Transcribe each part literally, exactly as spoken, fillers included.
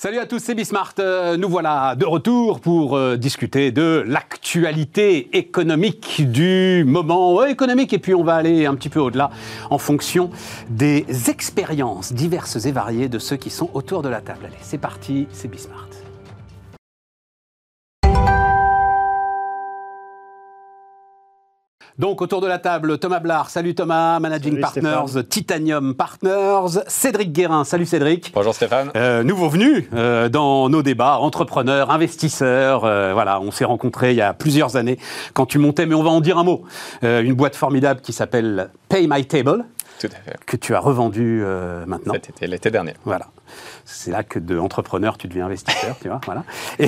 Salut à tous, c'est Bismart. Euh, nous voilà de retour pour euh, discuter de l'actualité économique du moment euh, économique. Et puis on va aller un petit peu au-delà en fonction des expériences diverses et variées de ceux qui sont autour de la table. Allez, c'est parti, c'est Bismart. Donc, autour de la table, Thomas Blard. Salut Thomas, Managing salut Partners, Stéphane. Titanium Partners. Cédric Guérin. Salut Cédric. Bonjour Stéphane. Euh, nouveau venu euh, dans nos débats, entrepreneurs, investisseurs. Euh, voilà, on s'est rencontrés il y a plusieurs années quand tu montais, mais on va en dire un mot. Euh, une boîte formidable qui s'appelle Pay My Table. Tout à fait. Que tu as revendu euh, maintenant. C'était l'été dernier. Voilà. C'est là que de entrepreneur, tu deviens investisseur, tu vois, voilà. Et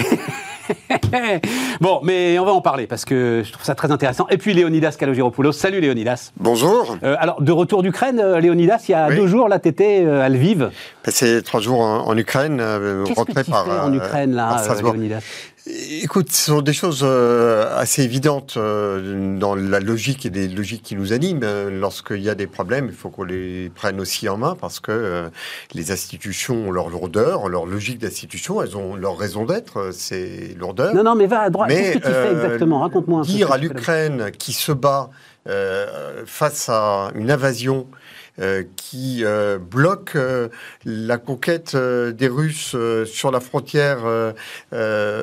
bon, mais on va en parler parce que je trouve ça très intéressant. Et puis Léonidas Kalogiropoulos. Salut Léonidas. Bonjour. Euh, alors, de retour d'Ukraine, euh, Léonidas, il y a oui. deux jours, là, tu étais euh, à Lviv. Passé trois jours en, en Ukraine. Euh, Qu'est-ce que tu par, fais en Ukraine, là, euh, Léonidas ? Écoute, ce sont des choses euh, assez évidentes euh, dans la logique et des logiques qui nous animent. Euh, Lorsqu'il y a des problèmes, il faut qu'on les prenne aussi en main parce que euh, les institutions ont leur lourdeur, leur logique d'institution, elles ont leur raison d'être, euh, c'est lourdeur. Non, non, mais va à droite. Mais, Qu'est-ce que tu euh, fais exactement ? Raconte-moi un peu. Dire à l'Ukraine qui se bat euh, face à une invasion Euh, qui euh, bloque euh, la conquête euh, des Russes euh, sur la frontière euh, euh,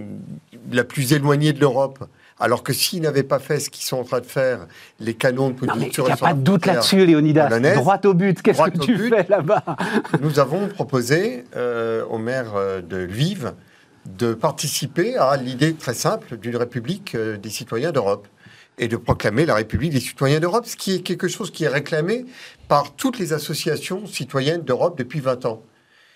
la plus éloignée de l'Europe, alors que s'ils n'avaient pas fait ce qu'ils sont en train de faire, les canons de Poutine... Il n'y a pas de doute là-dessus, Léonidas. polonaises, droit au but, qu'est-ce droit que tu but, fais là-bas ? Nous avons proposé euh, au maire de Lviv de participer à l'idée très simple d'une République euh, des citoyens d'Europe, et de proclamer la République des citoyens d'Europe, ce qui est quelque chose qui est réclamé par toutes les associations citoyennes d'Europe depuis vingt ans.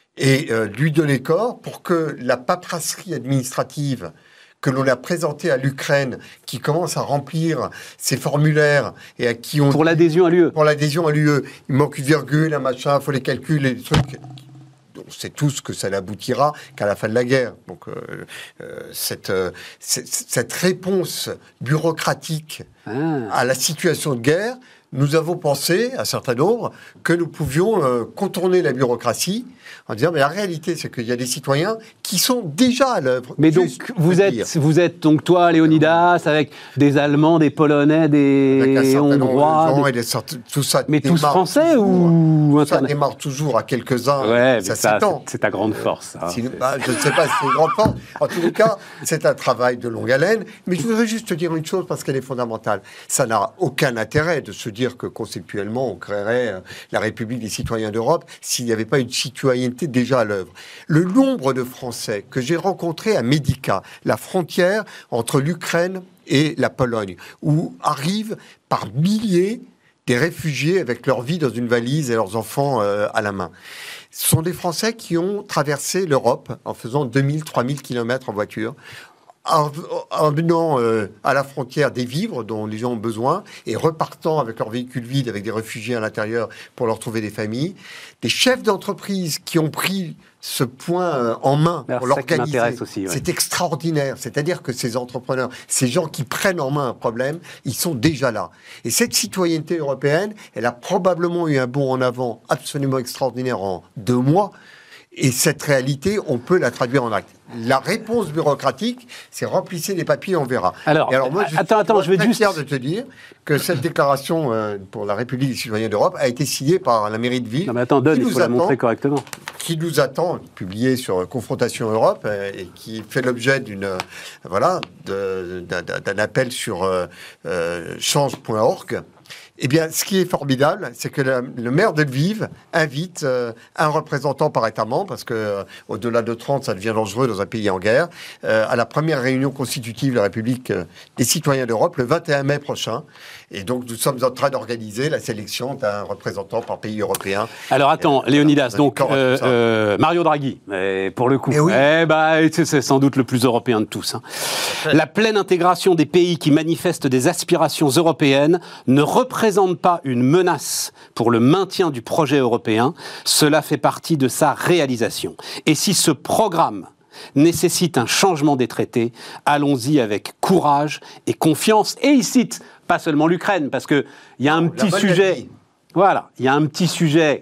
Et euh, lui donner corps pour que la paperasserie administrative que l'on a présentée à l'Ukraine, qui commence à remplir ses formulaires et à qui on... Pour l'adhésion à l'U E. Pour l'adhésion à l'U E. Il manque une virgule, un machin, il faut les calculs, les trucs... On sait tous que ça n'aboutira qu'à la fin de la guerre. Donc, euh, euh, cette, euh, cette, cette réponse bureaucratique ah. à la situation de guerre, nous avons pensé, un certain nombre, que nous pouvions euh, contourner la bureaucratie en disant, mais la réalité, c'est qu'il y a des citoyens qui sont déjà à l'œuvre. Mais donc, vous êtes, vous êtes, donc toi, Léonidas, avec des Allemands, des Polonais, des Hongrois... Des... Et des sortes, tout ça mais tous français toujours, ou... Ça démarre toujours à quelques-uns. Ouais, ça, ça c'est, c'est ta grande force. Hein, si, bah, je ne sais pas si c'est une grande force. En tous les cas, c'est un travail de longue haleine. Mais je voudrais juste te dire une chose, parce qu'elle est fondamentale. Ça n'a aucun intérêt de se dire que conceptuellement, on créerait la République des citoyens d'Europe s'il n'y avait pas une citoyenneté déjà à l'œuvre. Le nombre de Français que j'ai rencontrés à Medica, la frontière entre l'Ukraine et la Pologne, où arrivent par milliers des réfugiés avec leur vie dans une valise et leurs enfants euh, à la main. Ce sont des Français qui ont traversé l'Europe en faisant deux mille, trois mille kilomètres en voiture, en, en venant euh, à la frontière des vivres dont les gens ont besoin et repartant avec leur véhicule vide, avec des réfugiés à l'intérieur pour leur trouver des familles. Des chefs d'entreprise qui ont pris ce point euh, en main Alors, pour l'organiser. Aussi, ouais. C'est extraordinaire. C'est-à-dire que ces entrepreneurs, ces gens qui prennent en main un problème, ils sont déjà là. Et cette citoyenneté européenne, elle a probablement eu un bond en avant absolument extraordinaire en deux mois. Et cette réalité, on peut la traduire en acte. La réponse bureaucratique, c'est remplissez les papiers, on verra. Alors, et alors moi, je attends, suis attends, je vais très juste... fier de te dire que cette déclaration euh, pour la République des citoyens d'Europe a été signée par la mairie de Lviv. Non mais attends, donne, il faut la montrer correctement. Qui nous attend, publié sur Confrontation Europe, euh, et qui fait l'objet d'une euh, voilà de, d'un, d'un appel sur euh, euh, change point org. Eh bien, ce qui est formidable, c'est que le, le maire de Lviv invite euh, un représentant par État membre, parce que euh, au-delà de trente, ça devient dangereux dans un pays en guerre, euh, à la première réunion constitutive de la République euh, des citoyens d'Europe, le vingt et un mai prochain. Et donc, nous sommes en train d'organiser la sélection d'un représentant par pays européen. Alors, attends, et, Léonidas, euh, donc, euh, euh, Mario Draghi, eh, pour le coup, eh oui. eh bah, c'est, c'est sans doute le plus européen de tous. Hein. La pleine intégration des pays qui manifestent des aspirations européennes ne représente pas une menace pour le maintien du projet européen. Cela fait partie de sa réalisation. Et si ce programme nécessite un changement des traités, allons-y avec courage et confiance. Et il cite pas seulement l'Ukraine, parce qu'il y a un la petit bonne sujet... vie. Voilà, il y a un petit sujet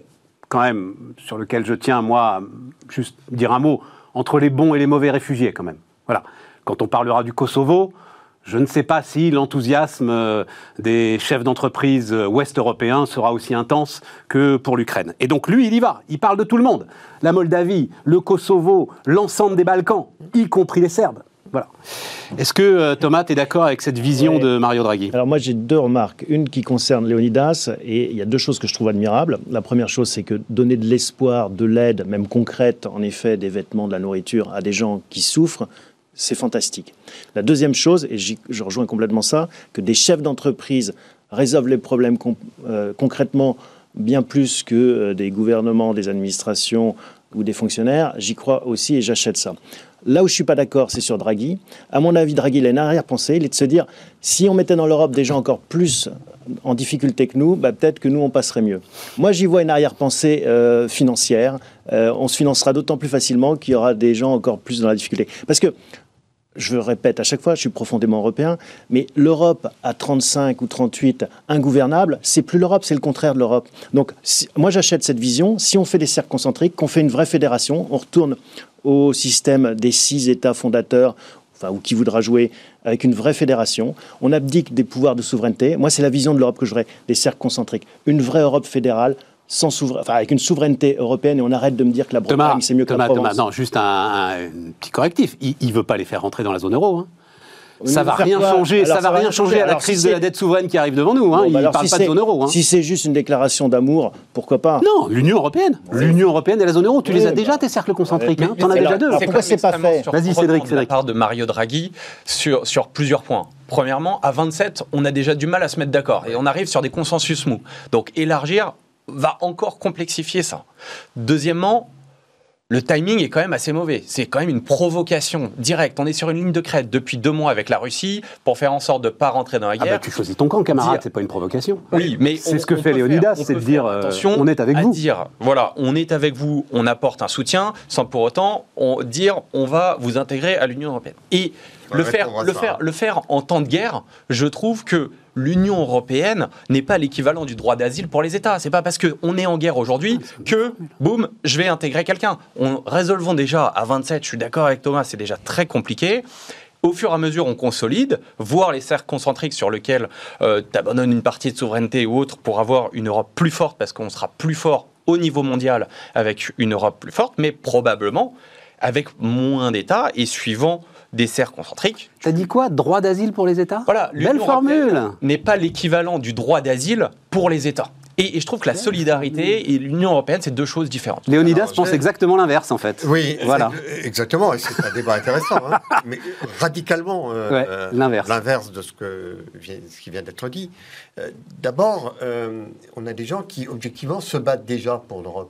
quand même, sur lequel je tiens, moi, à juste dire un mot, entre les bons et les mauvais réfugiés, quand même. Voilà. Quand on parlera du Kosovo, je ne sais pas si l'enthousiasme euh, des chefs d'entreprise euh, ouest-européens sera aussi intense que pour l'Ukraine. Et donc lui, il y va. Il parle de tout le monde. La Moldavie, le Kosovo, l'ensemble des Balkans, y compris les Serbes. Voilà. Est-ce que, euh, Thomas, tu es d'accord avec cette vision ouais. de Mario Draghi ? Alors moi, j'ai deux remarques. Une qui concerne Léonidas, et il y a deux choses que je trouve admirables. La première chose, c'est que donner de l'espoir, de l'aide, même concrète, en effet, des vêtements, de la nourriture, à des gens qui souffrent, c'est fantastique. La deuxième chose, et je rejoins complètement ça, que des chefs d'entreprise résolvent les problèmes con- euh, concrètement bien plus que euh, des gouvernements, des administrations ou des fonctionnaires, j'y crois aussi et j'achète ça. Là où je ne suis pas d'accord, c'est sur Draghi. À mon avis, Draghi, il a une arrière-pensée, il est de se dire, si on mettait dans l'Europe des gens encore plus en difficulté que nous, bah, peut-être que nous, on passerait mieux. Moi, j'y vois une arrière-pensée euh, financière. Euh, on se financera d'autant plus facilement qu'il y aura des gens encore plus dans la difficulté. Parce que, je le répète à chaque fois, je suis profondément européen, mais l'Europe à trente-cinq ou trente-huit, ingouvernable, c'est plus l'Europe, c'est le contraire de l'Europe. Donc, si, moi, j'achète cette vision. Si on fait des cercles concentriques, qu'on fait une vraie fédération, on retourne au système des six États fondateurs, enfin, ou qui voudra jouer avec une vraie fédération. On abdique des pouvoirs de souveraineté. Moi, c'est la vision de l'Europe que j'aurais, des cercles concentriques. Une vraie Europe fédérale, sans souvera... enfin, avec une souveraineté européenne, et on arrête de me dire que la Bretagne, c'est mieux que Thomas, la Provence. Thomas, non, juste un, un, un petit correctif. Il ne veut pas les faire rentrer dans la zone euro. Hein. Ça va rien changer, ça va rien changer à la crise de la dette souveraine qui arrive devant nous. Hein. Bon, bah il ne parle si pas de zone euro. Hein. Si c'est juste une déclaration d'amour, pourquoi pas ? Non, l'Union européenne. Oui. L'Union européenne et la zone euro, tu oui, les as bah, déjà, tes cercles concentriques. Euh, hein. Tu en as déjà deux. Alors pourquoi c'est pas fait ? Vas-y, Cédric. De la part de Mario Draghi sur, sur plusieurs points. Premièrement, à vingt-sept, on a déjà du mal à se mettre d'accord. Et on arrive sur des consensus mous. Donc élargir va encore complexifier ça. Deuxièmement, le timing est quand même assez mauvais. C'est quand même une provocation directe. On est sur une ligne de crête depuis deux mois avec la Russie pour faire en sorte de ne pas rentrer dans la guerre. Ah bah tu choisis ton camp, camarade, dire... c'est pas une provocation. Oui, mais c'est on, ce que fait Léonidas, c'est de dire euh, on est avec vous. Dire, voilà, on est avec vous, on apporte un soutien, sans pour autant on, dire on va vous intégrer à l'Union européenne. Et le faire, le, faire, le faire en temps de guerre, je trouve que l'Union européenne n'est pas l'équivalent du droit d'asile pour les États. C'est pas parce qu'on est en guerre aujourd'hui que, boum, je vais intégrer quelqu'un. On résolvons déjà à vingt-sept, je suis d'accord avec Thomas, c'est déjà très compliqué. Au fur et à mesure, on consolide, voire les cercles concentriques sur lesquels euh, tu abandonnes une partie de souveraineté ou autre pour avoir une Europe plus forte, parce qu'on sera plus fort au niveau mondial avec une Europe plus forte, mais probablement avec moins d'États et suivant des cercles concentriques. T'as dit quoi ? Droit d'asile pour les États ? Voilà, belle formule. N'est pas l'équivalent du droit d'asile pour les États. Et, et je trouve que la solidarité et l'Union européenne, c'est deux choses différentes. Léonidas Alors, pense exactement l'inverse, en fait. Oui, voilà. Exactement. Et c'est un débat intéressant, hein, mais radicalement euh, ouais, euh, l'inverse. l'inverse de ce, que vient, ce qui vient d'être dit. Euh, d'abord, euh, on a des gens qui, objectivement, se battent déjà pour l'Europe.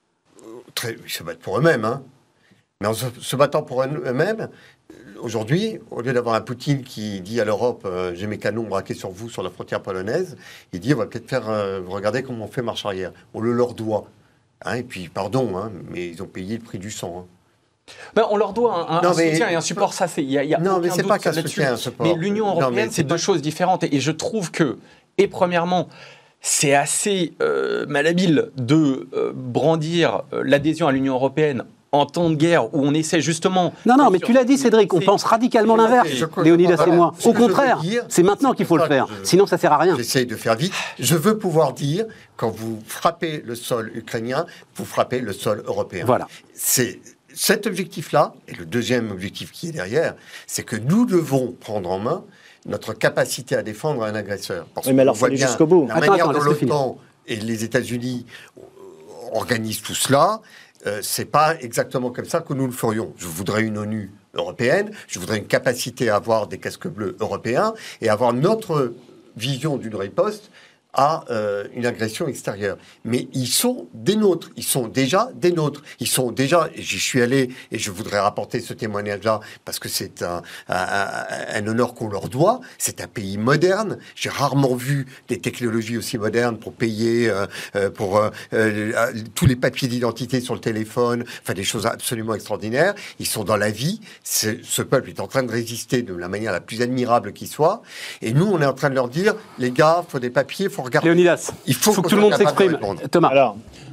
Très, ils se battent pour eux-mêmes, hein. Mais en se, se battant pour eux-mêmes, aujourd'hui, au lieu d'avoir un Poutine qui dit à l'Europe euh, « j'ai mes canons braqués sur vous sur la frontière polonaise », il dit « on va peut-être faire, euh, regardez comment on fait marche arrière ». On le leur doit. Hein, et puis, pardon, hein, mais ils ont payé le prix du sang. Hein. Ben, on leur doit un, un, non, un soutien et un support, ça c'est... Y a, y a non, mais c'est pas qu'un soutien, un support. Mais l'Union européenne, c'est deux pas... choses différentes. Et je trouve que, et premièrement, c'est assez euh, malhabile de euh, brandir euh, l'adhésion à l'Union européenne en temps de guerre, où on essaie justement... Non, non, mais tu l'as dit, Cédric, on pense radicalement l'inverse, Léonidas et moi. Au contraire, c'est maintenant qu'il faut le faire, sinon ça ne sert à rien. J'essaie de faire vite. Je veux pouvoir dire, quand vous frappez le sol ukrainien, vous frappez le sol européen. Voilà. C'est cet objectif-là, et le deuxième objectif qui est derrière, c'est que nous devons prendre en main notre capacité à défendre un agresseur. Parce oui, mais alors, il faut aller jusqu'au bout. La attends, manière attends, dont l'OTAN et les États-Unis organisent tout cela... Euh, c'est pas exactement comme ça que nous le ferions. Je voudrais une ONU européenne, je voudrais une capacité à avoir des casques bleus européens et avoir notre vision d'une riposte à euh, une agression extérieure. Mais ils sont des nôtres, ils sont déjà des nôtres. Ils sont déjà, j'y suis allé et je voudrais rapporter ce témoignage-là parce que c'est un, un, un honneur qu'on leur doit. C'est un pays moderne. J'ai rarement vu des technologies aussi modernes pour payer, euh, pour euh, euh, tous les papiers d'identité sur le téléphone, enfin des choses absolument extraordinaires. Ils sont dans la vie. C'est, ce peuple est en train de résister de la manière la plus admirable qui soit. Et nous, on est en train de leur dire, les gars, faut des papiers, faut regarder. Léonidas, il faut, faut que tout le monde s'exprime. Thomas. Alors,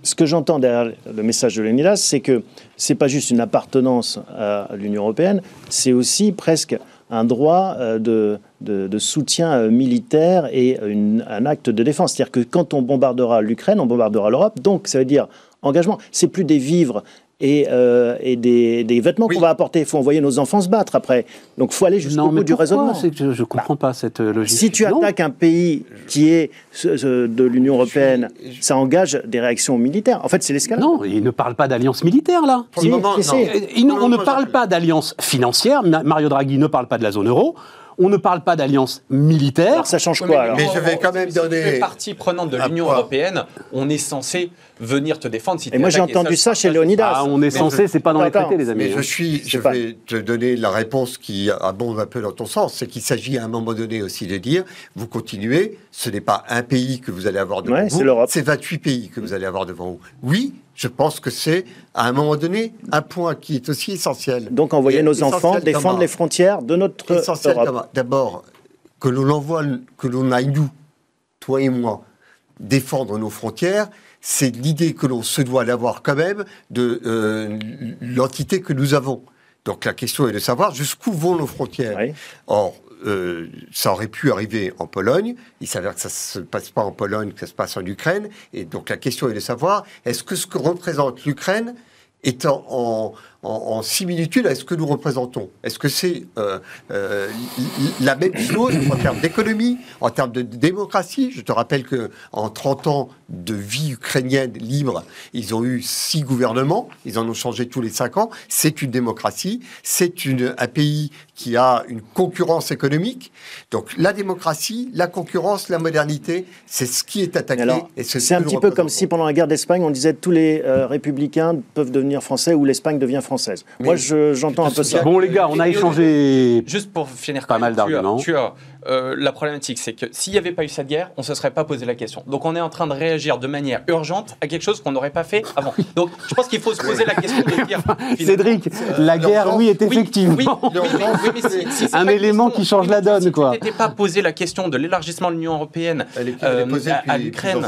ce que j'entends derrière le message de Leonidas, c'est que c'est pas juste une appartenance à l'Union européenne, c'est aussi presque un droit de, de, de soutien militaire et une, un acte de défense. C'est-à-dire que quand on bombardera l'Ukraine, on bombardera l'Europe. Donc, ça veut dire engagement. C'est plus des vivres et, euh, et des, des vêtements oui. qu'on va apporter. Il faut envoyer nos enfants se battre après. Donc, il faut aller jusqu'au bout du raisonnement. Je ne comprends bah, pas cette logique. Si tu attaques non. un pays qui est de l'Union européenne, je suis... ça engage des réactions militaires. En fait, c'est l'escalade. Non, il ne parle pas d'alliance militaire, là. Pour si, le moment, non. Il, non, on ne parle pas d'alliance financière. Mario Draghi ne parle pas de la zone euro. On ne parle pas d'alliance militaire. Alors ça change quoi alors Mais je vais quand même donner. Les parties prenantes de l'Union européenne, on est censé venir te défendre. Si et moi j'ai entendu ça chez Leonidas. Ah, on est censé, c'est pas dans les traités, les amis. Mais je suis, je pas... vais te donner la réponse qui abonde un peu dans ton sens, c'est qu'il s'agit à un moment donné aussi de dire, vous continuez, ce n'est pas un pays que vous allez avoir devant ouais, vous, c'est l'Europe. C'est vingt-huit pays que vous allez avoir devant vous. Oui. Je pense que c'est, à un moment donné, un point qui est aussi essentiel. Donc, envoyer nos enfants défendre les frontières de notre essentiel Europe. D'abord, que l'on envoie, que l'on aille, nous, toi et moi, défendre nos frontières, c'est l'idée que l'on se doit d'avoir quand même de euh, l'entité que nous avons. Donc, la question est de savoir jusqu'où vont nos frontières. Oui. Or, Euh, ça aurait pu arriver en Pologne. Il s'avère que ça ne se passe pas en Pologne, que ça se passe en Ukraine. Et donc la question est de savoir, est-ce que ce que représente l'Ukraine est en, en, en, en similitude à ce que nous représentons? Est-ce que c'est euh, euh, la même chose en termes d'économie, en termes de démocratie? Je te rappelle qu'en trente ans de vie ukrainienne libre, ils ont eu six gouvernements, ils en ont changé tous les cinq ans. C'est une démocratie, c'est une, un pays qui a une concurrence économique. Donc la démocratie, la concurrence, la modernité, c'est ce qui est attaqué. Alors, et c'est c'est un petit peu comme si pendant la guerre d'Espagne, on disait tous les euh, républicains peuvent devenir français ou l'Espagne devient française. Mais moi, je, j'entends un peu ça. Bon, les gars, on a échangé juste pour finir pas mal d'arguments. Tu as, euh, la problématique, c'est que s'il n'y avait pas eu cette guerre, on ne se serait pas posé la question. Donc, on est en train de réagir de manière urgente à quelque chose qu'on n'aurait pas fait avant. Donc, je pense qu'il faut se poser la question de dire... Cédric, euh, la guerre, oui, est effectivement oui, oui, oui, oui, mais si, si un élément qui change la donne, si quoi. Si tu n'étais pas posé la question de l'élargissement de l'Union européenne elle est, elle est posée euh, depuis, à l'Ukraine,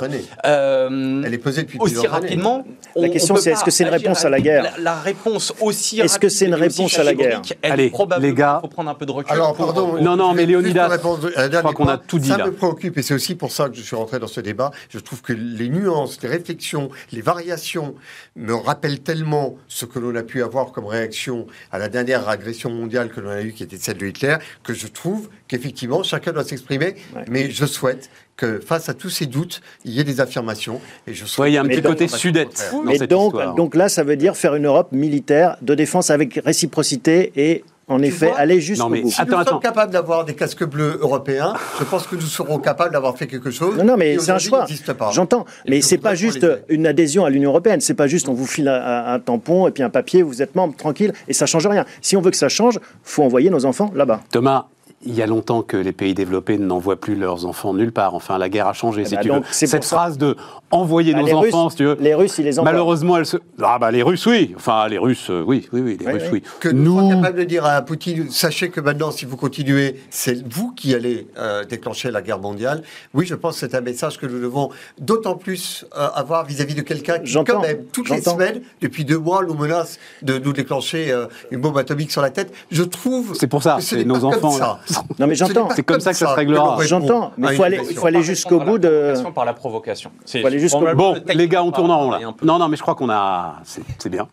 euh, elle est posée depuis aussi rapidement... La question, c'est est-ce que c'est une réponse à la guerre? La, la réponse aussi Est-ce que c'est une réponse à la guerre? Allez, les gars, il faut prendre un peu de recul. Alors, pardon. Non, non, mais Leonidas, je crois qu'on a tout dit ça là. Ça me préoccupe, et c'est aussi pour ça que je suis rentré dans ce débat. Je trouve que les nuances, les réflexions, les variations me rappellent tellement ce que l'on a pu avoir comme réaction à la dernière agression mondiale que l'on a eue, qui était celle de Hitler, que je trouve qu'effectivement, chacun doit s'exprimer, ouais. mais je souhaite que face à tous ces doutes, il y ait des affirmations. Et je ouais, il y a un petit côté sudette dans et cette donc, histoire. Donc là, ça veut dire faire une Europe militaire de défense avec réciprocité et en tu effet, vois, aller jusqu'au bout. Si attends, nous attends. sommes capables d'avoir des casques bleus européens, je pense que nous serons capables d'avoir fait quelque chose. Non, non, mais c'est un choix. J'entends. Mais c'est pas juste une adhésion à l'Union européenne. C'est pas juste on vous file un, un tampon et puis un papier, vous êtes membre, tranquille, et ça change rien. Si on veut que ça change, faut envoyer nos enfants là-bas. Thomas. Il y a longtemps que les pays développés n'envoient plus leurs enfants nulle part. Enfin, la guerre a changé, si bah tu donc, veux. Cette phrase de « envoyer bah, nos enfants Russes, », si tu veux. Les Russes, ils les envoient. Malheureusement, elle se... Ah bah, les Russes, oui. Enfin, les Russes, euh, oui, oui, oui, les oui, Russes, oui. oui. Que nous sommes capables de dire à Poutine, sachez que maintenant, si vous continuez, c'est vous qui allez euh, déclencher la guerre mondiale. Oui, je pense que c'est un message que nous devons d'autant plus euh, avoir vis-à-vis de quelqu'un qui, quand même, toutes les semaines, depuis deux mois, nous menace de nous déclencher euh, une bombe atomique sur la tête. Je trouve c'est pour ça, que ce c'est nos enfants. Là. Non, mais j'entends. C'est comme ça que ça se réglera. J'entends, mais il faut aller, faut aller jusqu'au bout de... Par la provocation. Faut aller jusqu'au bout. Bon, les gars, on tourne en rond là. Non, non, mais je crois qu'on a... C'est bien.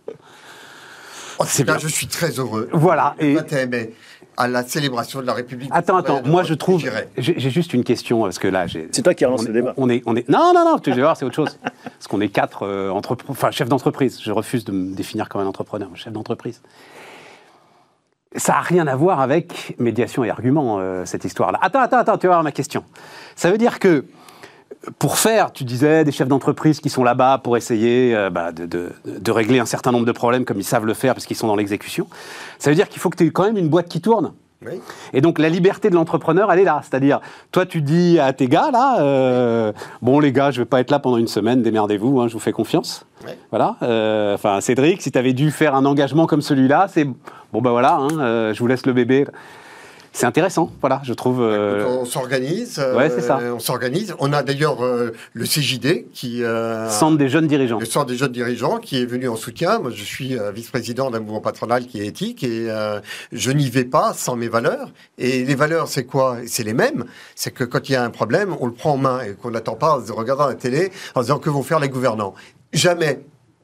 En tout cas, je suis très heureux. Voilà. Le vingt et un mai, à la célébration de la République. Attends, attends, moi je trouve... J'ai juste une question, parce que là... C'est toi qui relance le débat. On est, on est... Non, non, non, tu vas voir, c'est autre chose. Parce qu'on est quatre euh, entre... enfin, chefs d'entreprise. Je refuse de me définir comme un entrepreneur, chef d'entreprise. Ça n'a rien à voir avec médiation et argument, euh, cette histoire-là. Attends, attends, attends, tu vas voir ma question. Ça veut dire que, pour faire, tu disais, des chefs d'entreprise qui sont là-bas pour essayer euh, bah, de, de, de régler un certain nombre de problèmes comme ils savent le faire parce qu'ils sont dans l'exécution, ça veut dire qu'il faut que tu aies quand même une boîte qui tourne. Oui. Et donc la liberté de l'entrepreneur, elle est là. C'est-à-dire, toi tu dis à tes gars, là, euh, bon les gars, je ne vais pas être là pendant une semaine, démerdez-vous, hein, je vous fais confiance. Oui. Voilà. Euh, enfin, Cédric, si tu avais dû faire un engagement comme celui-là, c'est bon ben voilà, hein, euh, je vous laisse le bébé. c'est intéressant, voilà, je trouve. Euh... On s'organise. Ouais, c'est ça. Euh, on s'organise. On a d'ailleurs euh, le C J D, qui... Euh, Centre des jeunes dirigeants. Le Centre des jeunes dirigeants, qui est venu en soutien. Moi, je suis euh, vice-président d'un mouvement patronal qui est éthique, et euh, je n'y vais pas sans mes valeurs. Et les valeurs, c'est quoi? C'est les mêmes. C'est que quand il y a un problème, on le prend en main, et qu'on n'attend pas en se regardant la télé, en se disant que vont faire les gouvernants. Jamais.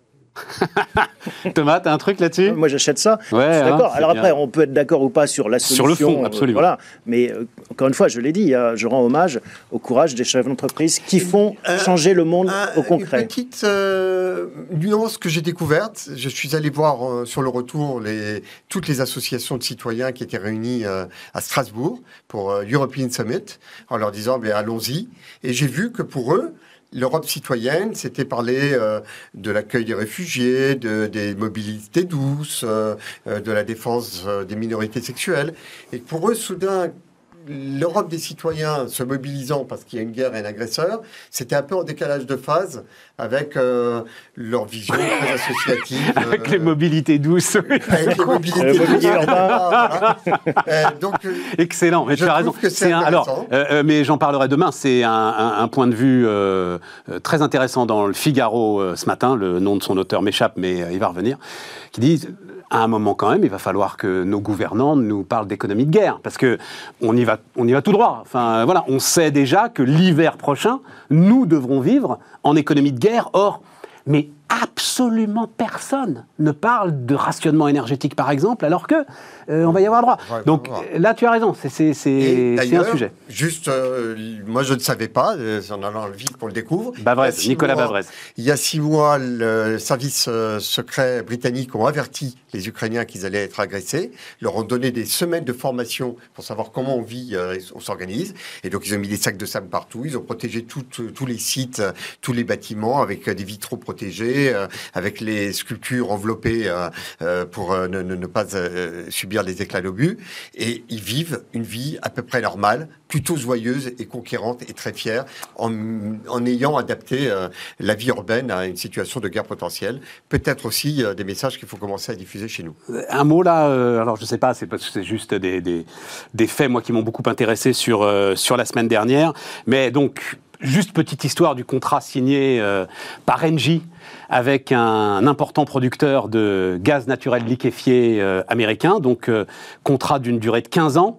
Thomas, t'as un truc là-dessus? Moi, j'achète ça. Ouais, je suis d'accord. Hein, Alors bien. après, on peut être d'accord ou pas sur la solution. Sur le fond, absolument. Euh, voilà. Mais euh, encore une fois, je l'ai dit, hein, je rends hommage au courage des chefs d'entreprise qui font un, changer le monde un, au concret. Une petite euh, nuance que j'ai découverte. Je suis allé voir euh, sur le retour les, toutes les associations de citoyens qui étaient réunies euh, à Strasbourg pour euh, European Summit, en leur disant ben, allons-y. Et j'ai vu que pour eux, l'Europe citoyenne, c'était parler euh, de l'accueil des réfugiés, de, des mobilités douces, euh, de la défense euh, des minorités sexuelles. Et pour eux, soudain, l'Europe des citoyens se mobilisant parce qu'il y a une guerre et un agresseur, c'était un peu en décalage de phase avec euh, leur vision très associative. Avec euh, les mobilités douces. Avec les mobilités Le douces. mobilier urbain. Voilà. Euh, donc, euh, Excellent, mais Je tu as trouve raison. que c'est un, alors, intéressant. euh, euh, mais j'en parlerai demain. C'est un, un, un point de vue euh, euh, très intéressant dans le Figaro euh, ce matin. Le nom de son auteur m'échappe, mais euh, il va revenir. Qui dit, à un moment quand même, il va falloir que nos gouvernants nous parlent d'économie de guerre, parce que on y va, on y va tout droit. Enfin, voilà, on sait déjà que l'hiver prochain, nous devrons vivre en économie de guerre. Or, mais absolument personne ne parle de rationnement énergétique, par exemple, alors que euh, on va y avoir droit. Ouais, Donc ouais. là, tu as raison, c'est, c'est, Et c'est, c'est un d'ailleurs, sujet. Juste, euh, moi je ne savais pas, euh, en allant vite pour le découvre. Bavrez, Il y a six Nicolas mois- Bavrez. Il y a six mois, le service euh, secret britannique ont averti les Ukrainiens qu'ils allaient être agressés, leur ont donné des semaines de formation pour savoir comment on vit, euh, on s'organise. Et donc ils ont mis des sacs de sable partout, ils ont protégé tout, tout, tous les sites, euh, tous les bâtiments avec euh, des vitraux protégés, euh, avec les sculptures enveloppées euh, euh, pour euh, ne, ne, ne pas euh, subir les éclats d'obus. Et ils vivent une vie à peu près normale, plutôt joyeuse et conquérante et très fière, en, en ayant adapté euh, la vie urbaine à une situation de guerre potentielle. Peut-être aussi euh, des messages qu'il faut commencer à diffuser chez nous. Un mot là, euh, alors je sais pas, c'est, c'est juste des, des, des faits, moi, qui m'ont beaucoup intéressé sur, euh, sur la semaine dernière. Mais donc, juste petite histoire du contrat signé euh, par Engie avec un, un important producteur de gaz naturel liquéfié euh, américain. Donc, euh, contrat d'une durée de quinze ans.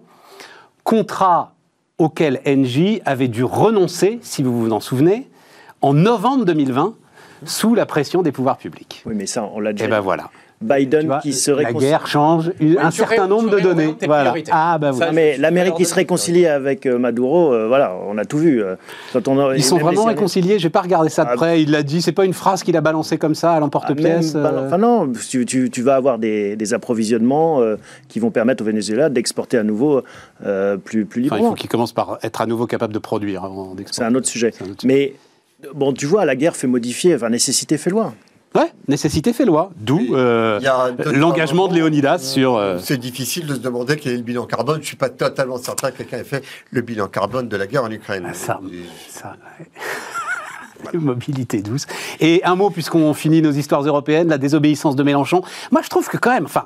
Contrat auquel Engie avait dû renoncer, si vous vous en souvenez, en novembre deux mille vingt, sous la pression des pouvoirs publics. Oui, mais ça, on l'a déjà Et ben dit. voilà. Biden Tu vois, qui se la réconcilie. guerre change une- un tu certain ré- nombre tu de données. réorientes tes Voilà. priorités. Ah ben Ça, voilà. Non, mais je- l'Amérique qui je- se réconcilie avec euh, Maduro, euh, voilà, on a tout vu. euh, quand on a- Ils sont même vraiment les- réconciliés. J'ai pas regardé ça de Ah, près. Il l'a dit. C'est pas une phrase qu'il a balancée comme ça à Ah, l'emporte-pièce. même, bah, euh. Enfin non, tu, tu- tu vas avoir des, des approvisionnements euh, qui vont permettre au Venezuela d'exporter à nouveau euh, plus, plus Enfin, il librement. faut qu'il commence par être à nouveau capable de produire avant d'exporter. C'est un autre sujet. C'est un autre sujet. Mais bon, tu vois, la guerre fait modifier, enfin nécessité fait loi. Ouais, nécessité fait loi. D'où euh, Il y a deux, l'engagement trois de Léonidas moments, sur. euh, C'est difficile de se demander quel est le bilan carbone. Je ne suis pas totalement certain que quelqu'un ait fait le bilan carbone de la guerre en Ukraine. Ah, ça, ça, ouais. Mobilité douce. Et un mot, puisqu'on finit nos histoires européennes, la désobéissance de Mélenchon. Moi, je trouve que quand même, enfin,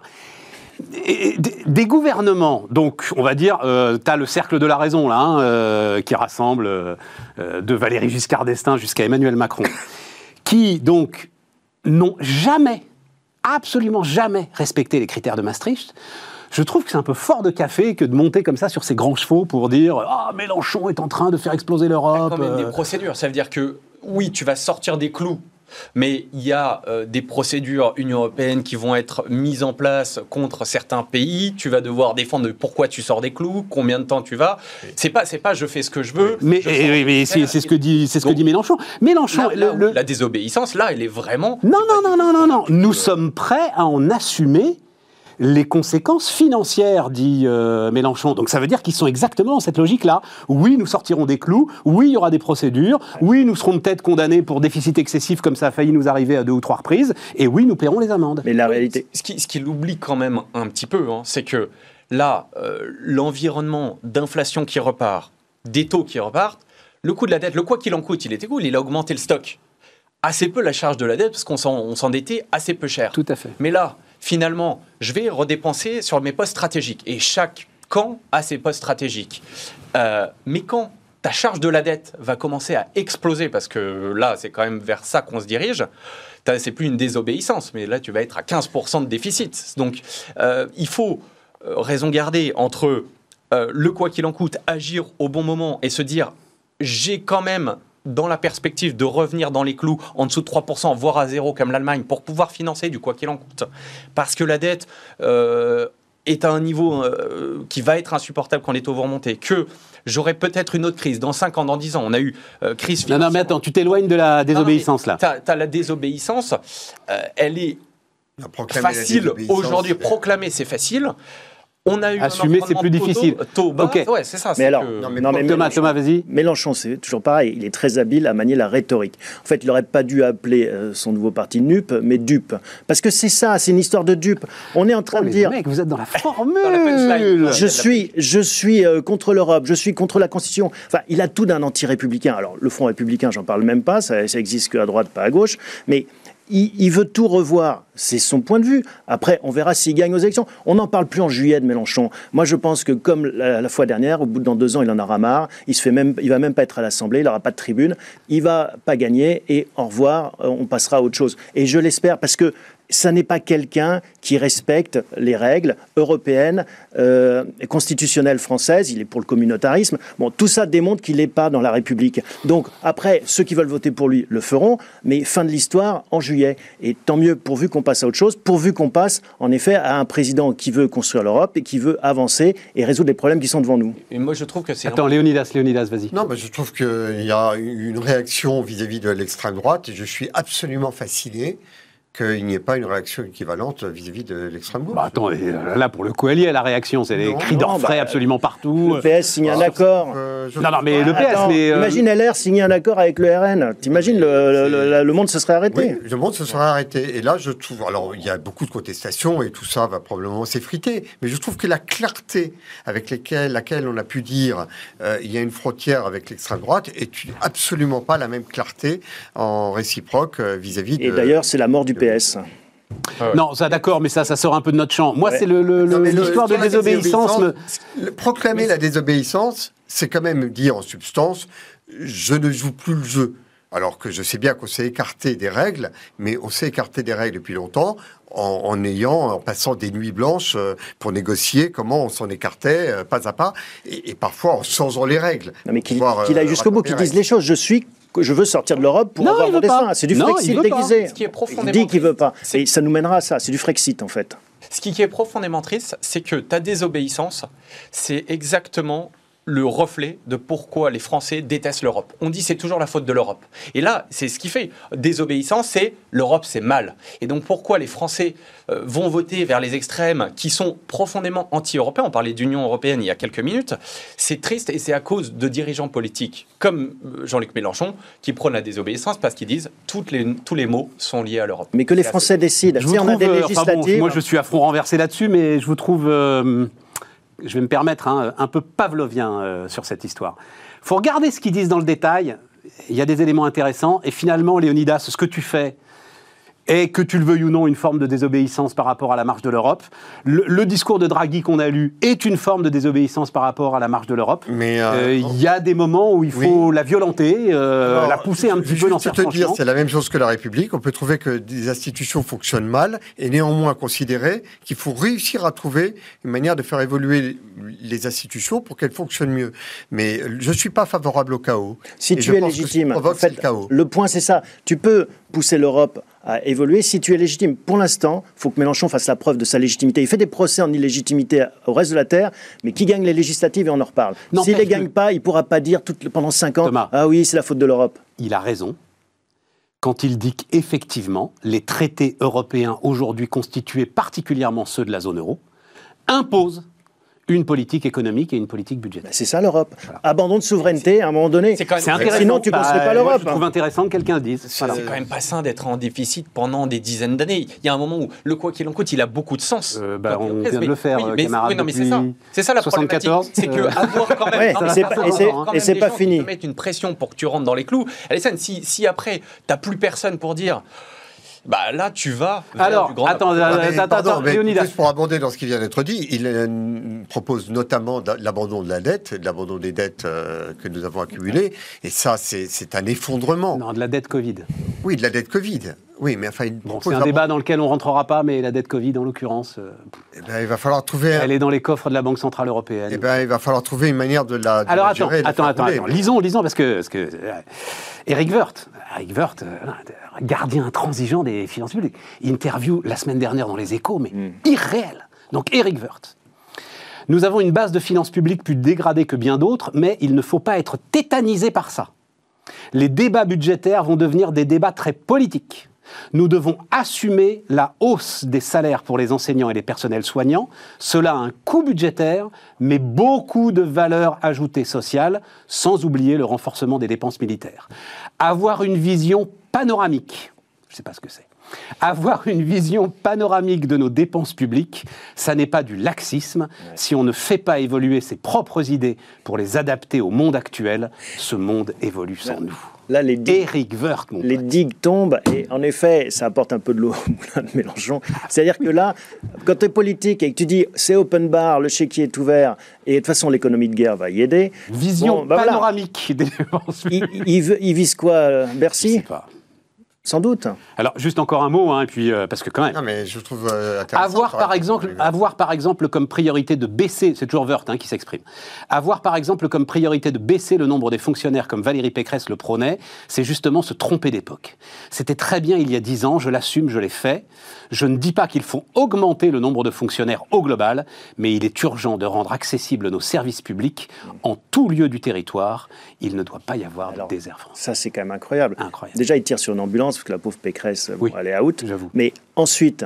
et- des, des gouvernements, donc on va dire, euh, tu as le cercle de la raison là, hein, euh, qui rassemble euh, euh, de Valéry Giscard d'Estaing jusqu'à Emmanuel Macron, qui donc n'ont jamais, absolument jamais respecté les critères de Maastricht. Je trouve que c'est un peu fort de café que de monter comme ça sur ces grands chevaux pour dire « Ah, Mélenchon est en train de faire exploser Il y a l'Europe quand même euh. des procédures. Ça veut dire que, oui, tu vas sortir des clous, mais il y a euh, des procédures Union européenne qui vont être mises en place contre certains pays. Tu vas devoir défendre pourquoi tu sors des clous, combien de temps tu vas. C'est pas, c'est pas je fais ce que je veux. Mais, je et- sors et- mais des c'est, c'est ce que dit, c'est ce que Donc, dit Mélenchon. Mélenchon, Là, là le- où le- la désobéissance, là, elle est vraiment. non, c'est non, pas non, du non, tout non, ce non. qu'on a Nous pu, euh, sommes prêts à en assumer les conséquences financières, dit euh, Mélenchon. Donc ça veut dire qu'ils sont exactement dans cette logique-là. Oui, nous sortirons des clous. Oui, il y aura des procédures. Oui, nous serons peut-être condamnés pour déficit excessif, comme ça a failli nous arriver à deux ou trois reprises. Et oui, nous paierons les amendes. Mais la réalité, Ce qui, ce qu'il oublie quand même un petit peu, hein, c'est que là, euh, l'environnement d'inflation qui repart, des taux qui repartent, le coût de la dette, le quoi qu'il en coûte, il était cool, il a augmenté le stock. Assez peu la charge de la dette, parce qu'on s'en, on s'endettait assez peu cher. Tout à fait. Mais là, finalement, je vais redépenser sur mes postes stratégiques. Et chaque quand à ces postes stratégiques. Euh, mais quand ta charge de la dette va commencer à exploser, parce que là, c'est quand même vers ça qu'on se dirige, c'est plus une désobéissance, mais là, tu vas être à quinze pour cent de déficit. Donc, euh, il faut euh, raison garder entre euh, le quoi qu'il en coûte, agir au bon moment et se dire, j'ai quand même, dans la perspective de revenir dans les clous, en dessous de trois pour cent, voire à zéro, comme l'Allemagne, pour pouvoir financer du quoi qu'il en coûte. Parce que la dette... Euh, est à un niveau euh, qui va être insupportable quand les taux vont remonter, que j'aurai peut-être une autre crise dans cinq ans, dans dix ans. On a eu euh, crise financière. Non, non, mais attends, tu t'éloignes de la désobéissance, non, là. Tu as la désobéissance, euh, elle est facile aujourd'hui. Proclamer, c'est facile. On a eu assumer, c'est plus difficile. Taux bas, okay. ouais, c'est ça. Mais alors, que... non, mais non, mais Thomas, Thomas, vas-y. Mélenchon, c'est toujours pareil. Il est très habile à manier la rhétorique. En fait, il n'aurait pas dû appeler euh, son nouveau parti N U P, mais D U P. Parce que c'est ça, c'est une histoire de dupe. On est en train oh, de dire. Mec, vous êtes dans la formule. Dans la je suis, je suis euh, contre l'Europe. Je suis contre la Constitution. Enfin, il a tout d'un anti-républicain. Alors, le Front républicain, j'en parle même pas. Ça, ça existe qu'à droite, pas à gauche. Mais il, il veut tout revoir. C'est son point de vue. Après, on verra s'il gagne aux élections. On n'en parle plus en juillet de Mélenchon. Moi, je pense que comme la, la fois dernière, au bout de dans deux ans, il en aura marre. Il se fait même, il va même pas être à l'Assemblée. Il n'aura pas de tribune. Il va pas gagner. Et au revoir. On passera à autre chose. Et je l'espère parce que ça n'est pas quelqu'un qui respecte les règles européennes, euh, constitutionnelles françaises. Il est pour le communautarisme. Bon, tout ça démontre qu'il n'est pas dans la République. Donc, après, ceux qui veulent voter pour lui le feront, mais fin de l'histoire en juillet. Et tant mieux, pourvu qu'on passe à autre chose, pourvu qu'on passe, en effet, à un président qui veut construire l'Europe et qui veut avancer et résoudre les problèmes qui sont devant nous. Et moi, je trouve que c'est... Attends, un... Léonidas, Léonidas, vas-y. Non, mais je trouve qu'il y a une réaction vis-à-vis de l'extrême droite et je suis absolument fasciné qu'il n'y ait pas une réaction équivalente vis-à-vis de l'extrême gauche. Bah attends, là pour le coup, elle y est la réaction, c'est des cris d'orfraie bah, absolument partout. Le P S signe ah, un accord. Euh, non, non, mais le P S, attends, mais euh... imagine L R signer un accord avec le R N. T'imagines le, le, le, le monde se serait arrêté. Oui, le monde se serait arrêté. Et là, je trouve, alors il y a beaucoup de contestations et tout ça va probablement s'effriter, mais je trouve que la clarté avec lesquelles, laquelle on a pu dire euh, il y a une frontière avec l'extrême droite est absolument pas la même clarté en réciproque euh, vis-à-vis de. Et d'ailleurs, c'est la mort du P S. Ouais. Non, ça d'accord, mais ça, ça sort un peu de notre champ. Moi, ouais. c'est le, le, non, l'histoire le, de désobéissance. Me... Le, proclamer mais... la désobéissance, c'est quand même dire en substance, je ne joue plus le jeu. Alors que je sais bien qu'on s'est écarté des règles, mais on s'est écarté des règles depuis longtemps en, en ayant, en passant des nuits blanches pour négocier comment on s'en écartait pas à pas, et, et parfois en changeant les règles. Non, mais qu'il, qu'il aille jusqu'au bout, qu'il dise les choses. Je suis je veux sortir de l'Europe pour non, avoir mon destin. C'est du non, Frexit déguisé. Ce qui est profondément il dit qu'il ne veut pas. Et ça nous mènera à ça. C'est du Frexit, en fait. Ce qui est profondément triste, c'est que ta désobéissance, c'est exactement le reflet de pourquoi les Français détestent l'Europe. On dit c'est toujours la faute de l'Europe. Et là, c'est ce qui fait. Désobéissance, c'est l'Europe, c'est mal. Et donc pourquoi les Français euh, vont voter vers les extrêmes qui sont profondément anti-européens, on parlait d'Union européenne il y a quelques minutes, c'est triste et c'est à cause de dirigeants politiques comme Jean-Luc Mélenchon qui prônent la désobéissance parce qu'ils disent toutes les, tous les maux sont liés à l'Europe. Mais que les Français décident. Je si on trouve, a des législatives... Enfin bon, moi je suis à front renversé là-dessus, mais je vous trouve... Euh... Je vais me permettre hein, un peu pavlovien euh, sur cette histoire. Il faut regarder ce qu'ils disent dans le détail. Il y a des éléments intéressants. Et finalement, Léonidas, ce que tu fais est, que tu le veuilles ou non, une forme de désobéissance par rapport à la marche de l'Europe. Le, le discours de Draghi qu'on a lu est une forme de désobéissance par rapport à la marche de l'Europe. Mais il euh, euh, y a des moments où il faut oui. la violenter, euh, Alors, la pousser un petit peu dans certains te dire, c'est la même chose que la République. On peut trouver que des institutions fonctionnent mal et néanmoins considérer qu'il faut réussir à trouver une manière de faire évoluer les institutions pour qu'elles fonctionnent mieux. Mais je ne suis pas favorable au chaos. Si tu es légitime, en fait, le, chaos. le point c'est ça. Tu peux pousser l'Europe à évoluer si tu es légitime. Pour l'instant, il faut que Mélenchon fasse la preuve de sa légitimité. Il fait des procès en illégitimité au reste de la Terre, mais qui gagne les législatives et on en reparle. Non, S'il ne les gagne pas, il ne pourra pas dire tout, pendant cinq ans Thomas, « Ah oui, c'est la faute de l'Europe ». Il a raison quand il dit qu'effectivement, les traités européens aujourd'hui constitués, particulièrement ceux de la zone euro, imposent une politique économique et une politique budgétaire. Ben c'est ça l'Europe. Voilà. Abandon de souveraineté à un moment donné. C'est, quand même, c'est intéressant. Sinon, tu ne construis pas l'Europe. Moi, je trouve intéressant que quelqu'un le dise. C'est, voilà. c'est quand même pas sain d'être en déficit pendant des dizaines d'années. Il y a un moment où le quoi qu'il en coûte, il a beaucoup de sens. Euh, bah, on vient de le faire, oui, mais, camarades. Oui, non, mais c'est ça. C'est ça la soixante-quatorze. problématique. C'est que avoir quand même. Ouais, non, c'est pas, et c'est, et c'est pas fini. Qui te mettent une pression pour que tu rentres dans les clous. Elle est saine. Si, si après, tu n'as plus personne pour dire. bah là, tu vas vers Alors, du grand attends, n'importe quoi. euh, Mais, attends, pardon, attends, mais Léonidas. juste pour abonder dans ce qui vient d'être dit, il euh, propose notamment de l'abandon de la dette, de l'abandon des dettes euh, que nous avons accumulées, et ça, c'est, c'est un effondrement. Non, de la dette Covid. Oui, de la dette Covid. Oui, mais enfin, il Bon, propose c'est un débat dans lequel on rentrera pas, mais la dette Covid, en l'occurrence, euh, Eh ben, il va falloir trouver. Un... elle est dans les coffres de la Banque Centrale Européenne. Eh ben, il va falloir trouver une manière de la. De Alors la attends, gérer, de la attends, faire attends, rouler. attends. Lisons, lisons, parce que, parce que euh, Eric Woerth, Eric Woerth, euh, gardien intransigeant des finances publiques, interview la semaine dernière dans Les Échos, mais mm. irréel. Donc Eric Woerth. Nous avons une base de finances publiques plus dégradée que bien d'autres, mais il ne faut pas être tétanisé par ça. Les débats budgétaires vont devenir des débats très politiques. Nous devons assumer la hausse des salaires pour les enseignants et les personnels soignants. Cela a un coût budgétaire, mais beaucoup de valeur ajoutée sociale, sans oublier le renforcement des dépenses militaires. Avoir une vision panoramique, je ne sais pas ce que c'est, avoir une vision panoramique de nos dépenses publiques, ça n'est pas du laxisme. Ouais. Si on ne fait pas évoluer ses propres idées pour les adapter au monde actuel, ce monde évolue sans ouais. nous. Là, les digues, Eric Woerth, mon les pote. digues tombent, et en effet, ça apporte un peu de l'eau au moulin de Mélenchon. C'est-à-dire que là, quand tu es politique et que tu dis c'est open bar, le chéquier est ouvert, et de toute façon, l'économie de guerre va y aider. Vision bon, bah panoramique voilà. des dépenses. Il, il, il vise quoi, Bercy ? Je sais pas. Sans doute. Alors, juste encore un mot, hein, et puis, euh, parce que quand même... Non, mais je trouve euh, intéressant. Avoir par, exemple, avoir par exemple comme priorité de baisser, c'est toujours Woerth hein, qui s'exprime, avoir par exemple comme priorité de baisser le nombre des fonctionnaires comme Valérie Pécresse le prônait, c'est justement se tromper d'époque. C'était très bien il y a dix ans, je l'assume, je l'ai fait. Je ne dis pas qu'il faut augmenter le nombre de fonctionnaires au global, mais il est urgent de rendre accessibles nos services publics en tout lieu du territoire. Il ne doit pas y avoir Alors, de désert français. Ça, c'est quand même incroyable. Incroyable. Déjà, il tire sur une ambulance, parce que la pauvre Pécresse, bon, oui, elle est out. J'avoue. Mais ensuite,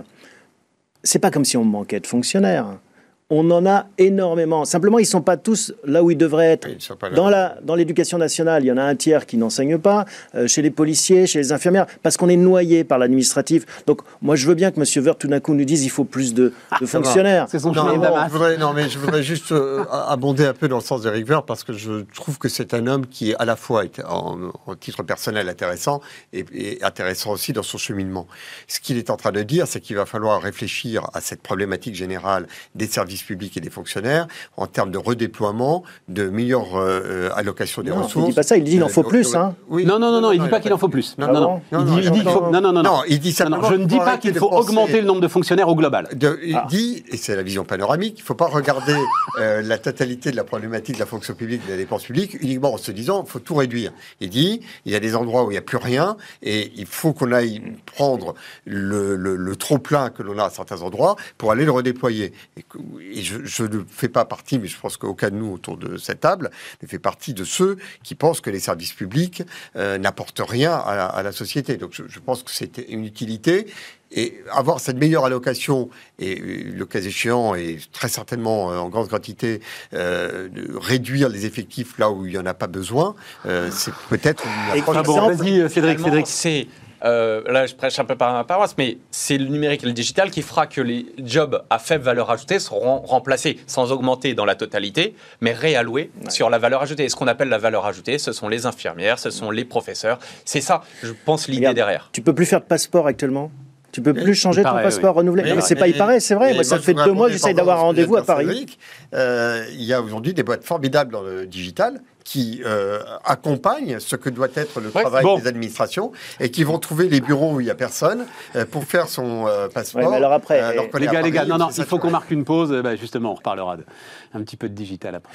c'est pas comme si on manquait de fonctionnaires. On en a énormément. Simplement, ils ne sont pas tous là où ils devraient être. Oui, ils dans, la, dans l'éducation nationale, il y en a un tiers qui n'enseigne pas. Euh, chez les policiers, chez les infirmières, parce qu'on est noyé par l'administratif. Donc, moi, je veux bien que M. Woerth, tout d'un coup, nous dise qu'il faut plus de, ah, de fonctionnaires. C'est son non, chemin de non, Damas. je voudrais, non, mais je voudrais juste euh, abonder un peu dans le sens d'Eric Woerth, parce que je trouve que c'est un homme qui, à la fois, est en, en titre personnel intéressant et, et intéressant aussi dans son cheminement. Ce qu'il est en train de dire, c'est qu'il va falloir réfléchir à cette problématique générale des services publics et des fonctionnaires en termes de redéploiement, de meilleure euh, allocation des non, ressources. Il ne dit pas ça, il dit qu'il en faut euh, plus. euh, Hein. Oui. Non, non, non, non, il ne dit pas qu'il en faut plus. Non, ah non, bon non. non, Il non, dit, il dit qu'il faut... non, non, non, non. Non, il dit simplement. Non, non, je ne dis pas qu'il faut augmenter le nombre de fonctionnaires au global. De, il ah. dit, et c'est la vision panoramique, il ne faut pas regarder euh, la totalité de la problématique de la fonction publique, de la dépense publique, uniquement en se disant il faut tout réduire. Il dit il y a des endroits où il n'y a plus rien et il faut qu'on aille prendre le, le, le trop-plein que l'on a à certains endroits pour aller le redéployer. Et, et je, je ne fais pas partie, mais je pense qu'aucun de nous autour de cette table ne fait partie de ceux qui pensent que les services publics euh, n'apportent rien à la, à la société. Donc je, je pense que c'est une utilité. Et avoir cette meilleure allocation, et le cas échéant, et très certainement euh, en grande quantité, euh, de réduire les effectifs là où il n'y en a pas besoin, euh, c'est peut-être une approche... Ah bon, vas-y, Cédric, Cédric. C'est... Euh, là, je prêche un peu par ma paroisse, mais c'est le numérique et le digital qui fera que les jobs à faible valeur ajoutée seront remplacés sans augmenter dans la totalité, mais réalloués ouais. sur la valeur ajoutée. Et ce qu'on appelle la valeur ajoutée, ce sont les infirmières, ce sont les professeurs. C'est ça, je pense, l'idée Regarde, derrière. Tu peux plus faire de passeport actuellement ? Tu peux plus changer paraît, ton passeport oui. renouvelé. Mais non, mais c'est mais, pas, il paraît, c'est vrai. Moi, ça fait deux mois que j'essaye d'avoir un rendez-vous à Paris. Frédéric, euh, il y a aujourd'hui des boîtes formidables dans le digital qui euh, accompagnent ce que doit être le ouais, travail bon. des administrations et qui vont trouver les bureaux où il n'y a personne euh, pour faire son euh, passeport. Ouais, mais alors après, euh, alors les gars, les gars, non, non, il faut qu'on ouais. marque une pause. Bah, justement, on reparlera de, un petit peu de digital après.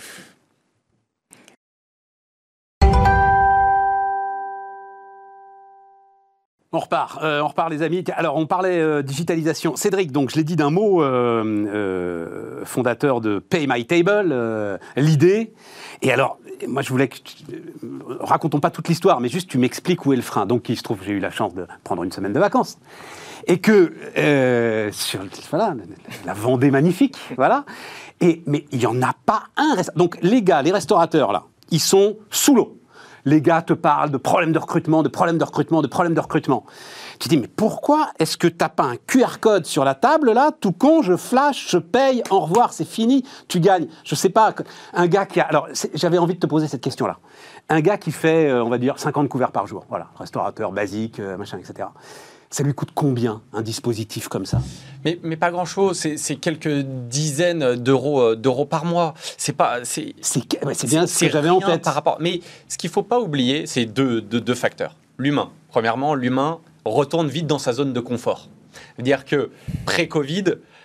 On repart, euh, on repart les amis. Alors on parlait euh, digitalisation. Cédric, donc je l'ai dit d'un mot, euh, euh, fondateur de Pay My Table, euh, l'idée. Et alors, moi je voulais que, tu, euh, racontons pas toute l'histoire, mais juste tu m'expliques où est le frein. Donc il se trouve que j'ai eu la chance de prendre une semaine de vacances. Et que, euh, sur, voilà, la Vendée magnifique, voilà. Et, mais il n'y en a pas un. Donc les gars, les restaurateurs là, ils sont sous l'eau. Les gars te parlent de problèmes de recrutement, de problèmes de recrutement, de problèmes de recrutement. Tu te dis, mais pourquoi est-ce que tu n'as pas un Q R code sur la table, là, tout con, je flash, je paye, au revoir, c'est fini, tu gagnes. Je ne sais pas, un gars qui a... Alors, j'avais envie de te poser cette question-là. Un gars qui fait, on va dire, cinquante couverts par jour, voilà, restaurateur basique, machin, et cetera. Ça lui coûte combien, un dispositif comme ça ? mais, mais pas grand-chose, c'est, c'est quelques dizaines d'euros, d'euros par mois. C'est, pas, c'est, c'est, c'est bien ce que j'avais en tête. Par rapport, mais ce qu'il ne faut pas oublier, c'est deux, deux, deux facteurs. L'humain. Premièrement, l'humain retourne vite dans sa zone de confort. C'est-à-dire que pré-Covid,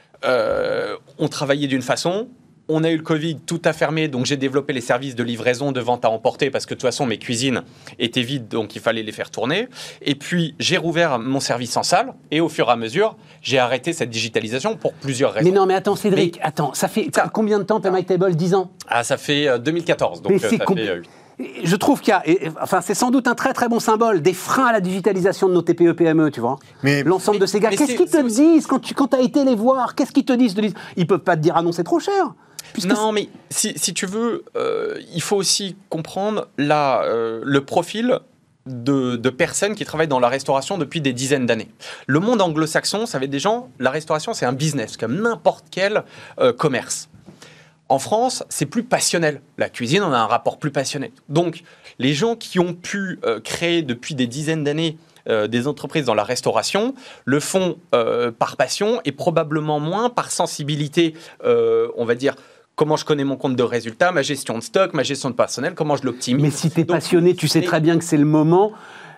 euh, on travaillait d'une façon. On a eu le Covid, tout a fermé, donc j'ai développé les services de livraison, de vente à emporter, parce que de toute façon, mes cuisines étaient vides, donc il fallait les faire tourner. Et puis, j'ai rouvert mon service en salle, et au fur et à mesure, j'ai arrêté cette digitalisation pour plusieurs raisons. Mais non, mais attends, Cédric, mais, attends, ça fait ça, combien de temps t'as MyTable ? dix ans ? Ah, ça fait euh, deux mille quatorze, donc mais ça c'est fait... Com- Euh, Je trouve qu'il y a, et, enfin, c'est sans doute un très très bon symbole, des freins à la digitalisation de nos T P E P M E, tu vois. Mais, L'ensemble mais, de ces gars, qu'est-ce qu'ils te aussi... disent quand tu quand as été les voir ? Qu'est-ce qu'ils te disent, te disent Ils peuvent pas te dire ah non, c'est trop cher. Non, mais si, si tu veux, euh, il faut aussi comprendre la, euh, le profil de, de personnes qui travaillent dans la restauration depuis des dizaines d'années. Le monde anglo-saxon, ça va être des gens, la restauration, c'est un business, comme n'importe quel euh, commerce. En France, c'est plus passionnel. La cuisine, on a un rapport plus passionnel. Donc, les gens qui ont pu euh, créer depuis des dizaines d'années euh, des entreprises dans la restauration le font euh, par passion et probablement moins par sensibilité, euh, on va dire, comment je connais mon compte de résultats, ma gestion de stock, ma gestion de personnel, comment je l'optimise. Mais si tu es passionné, tu sais mais... très bien que c'est le moment...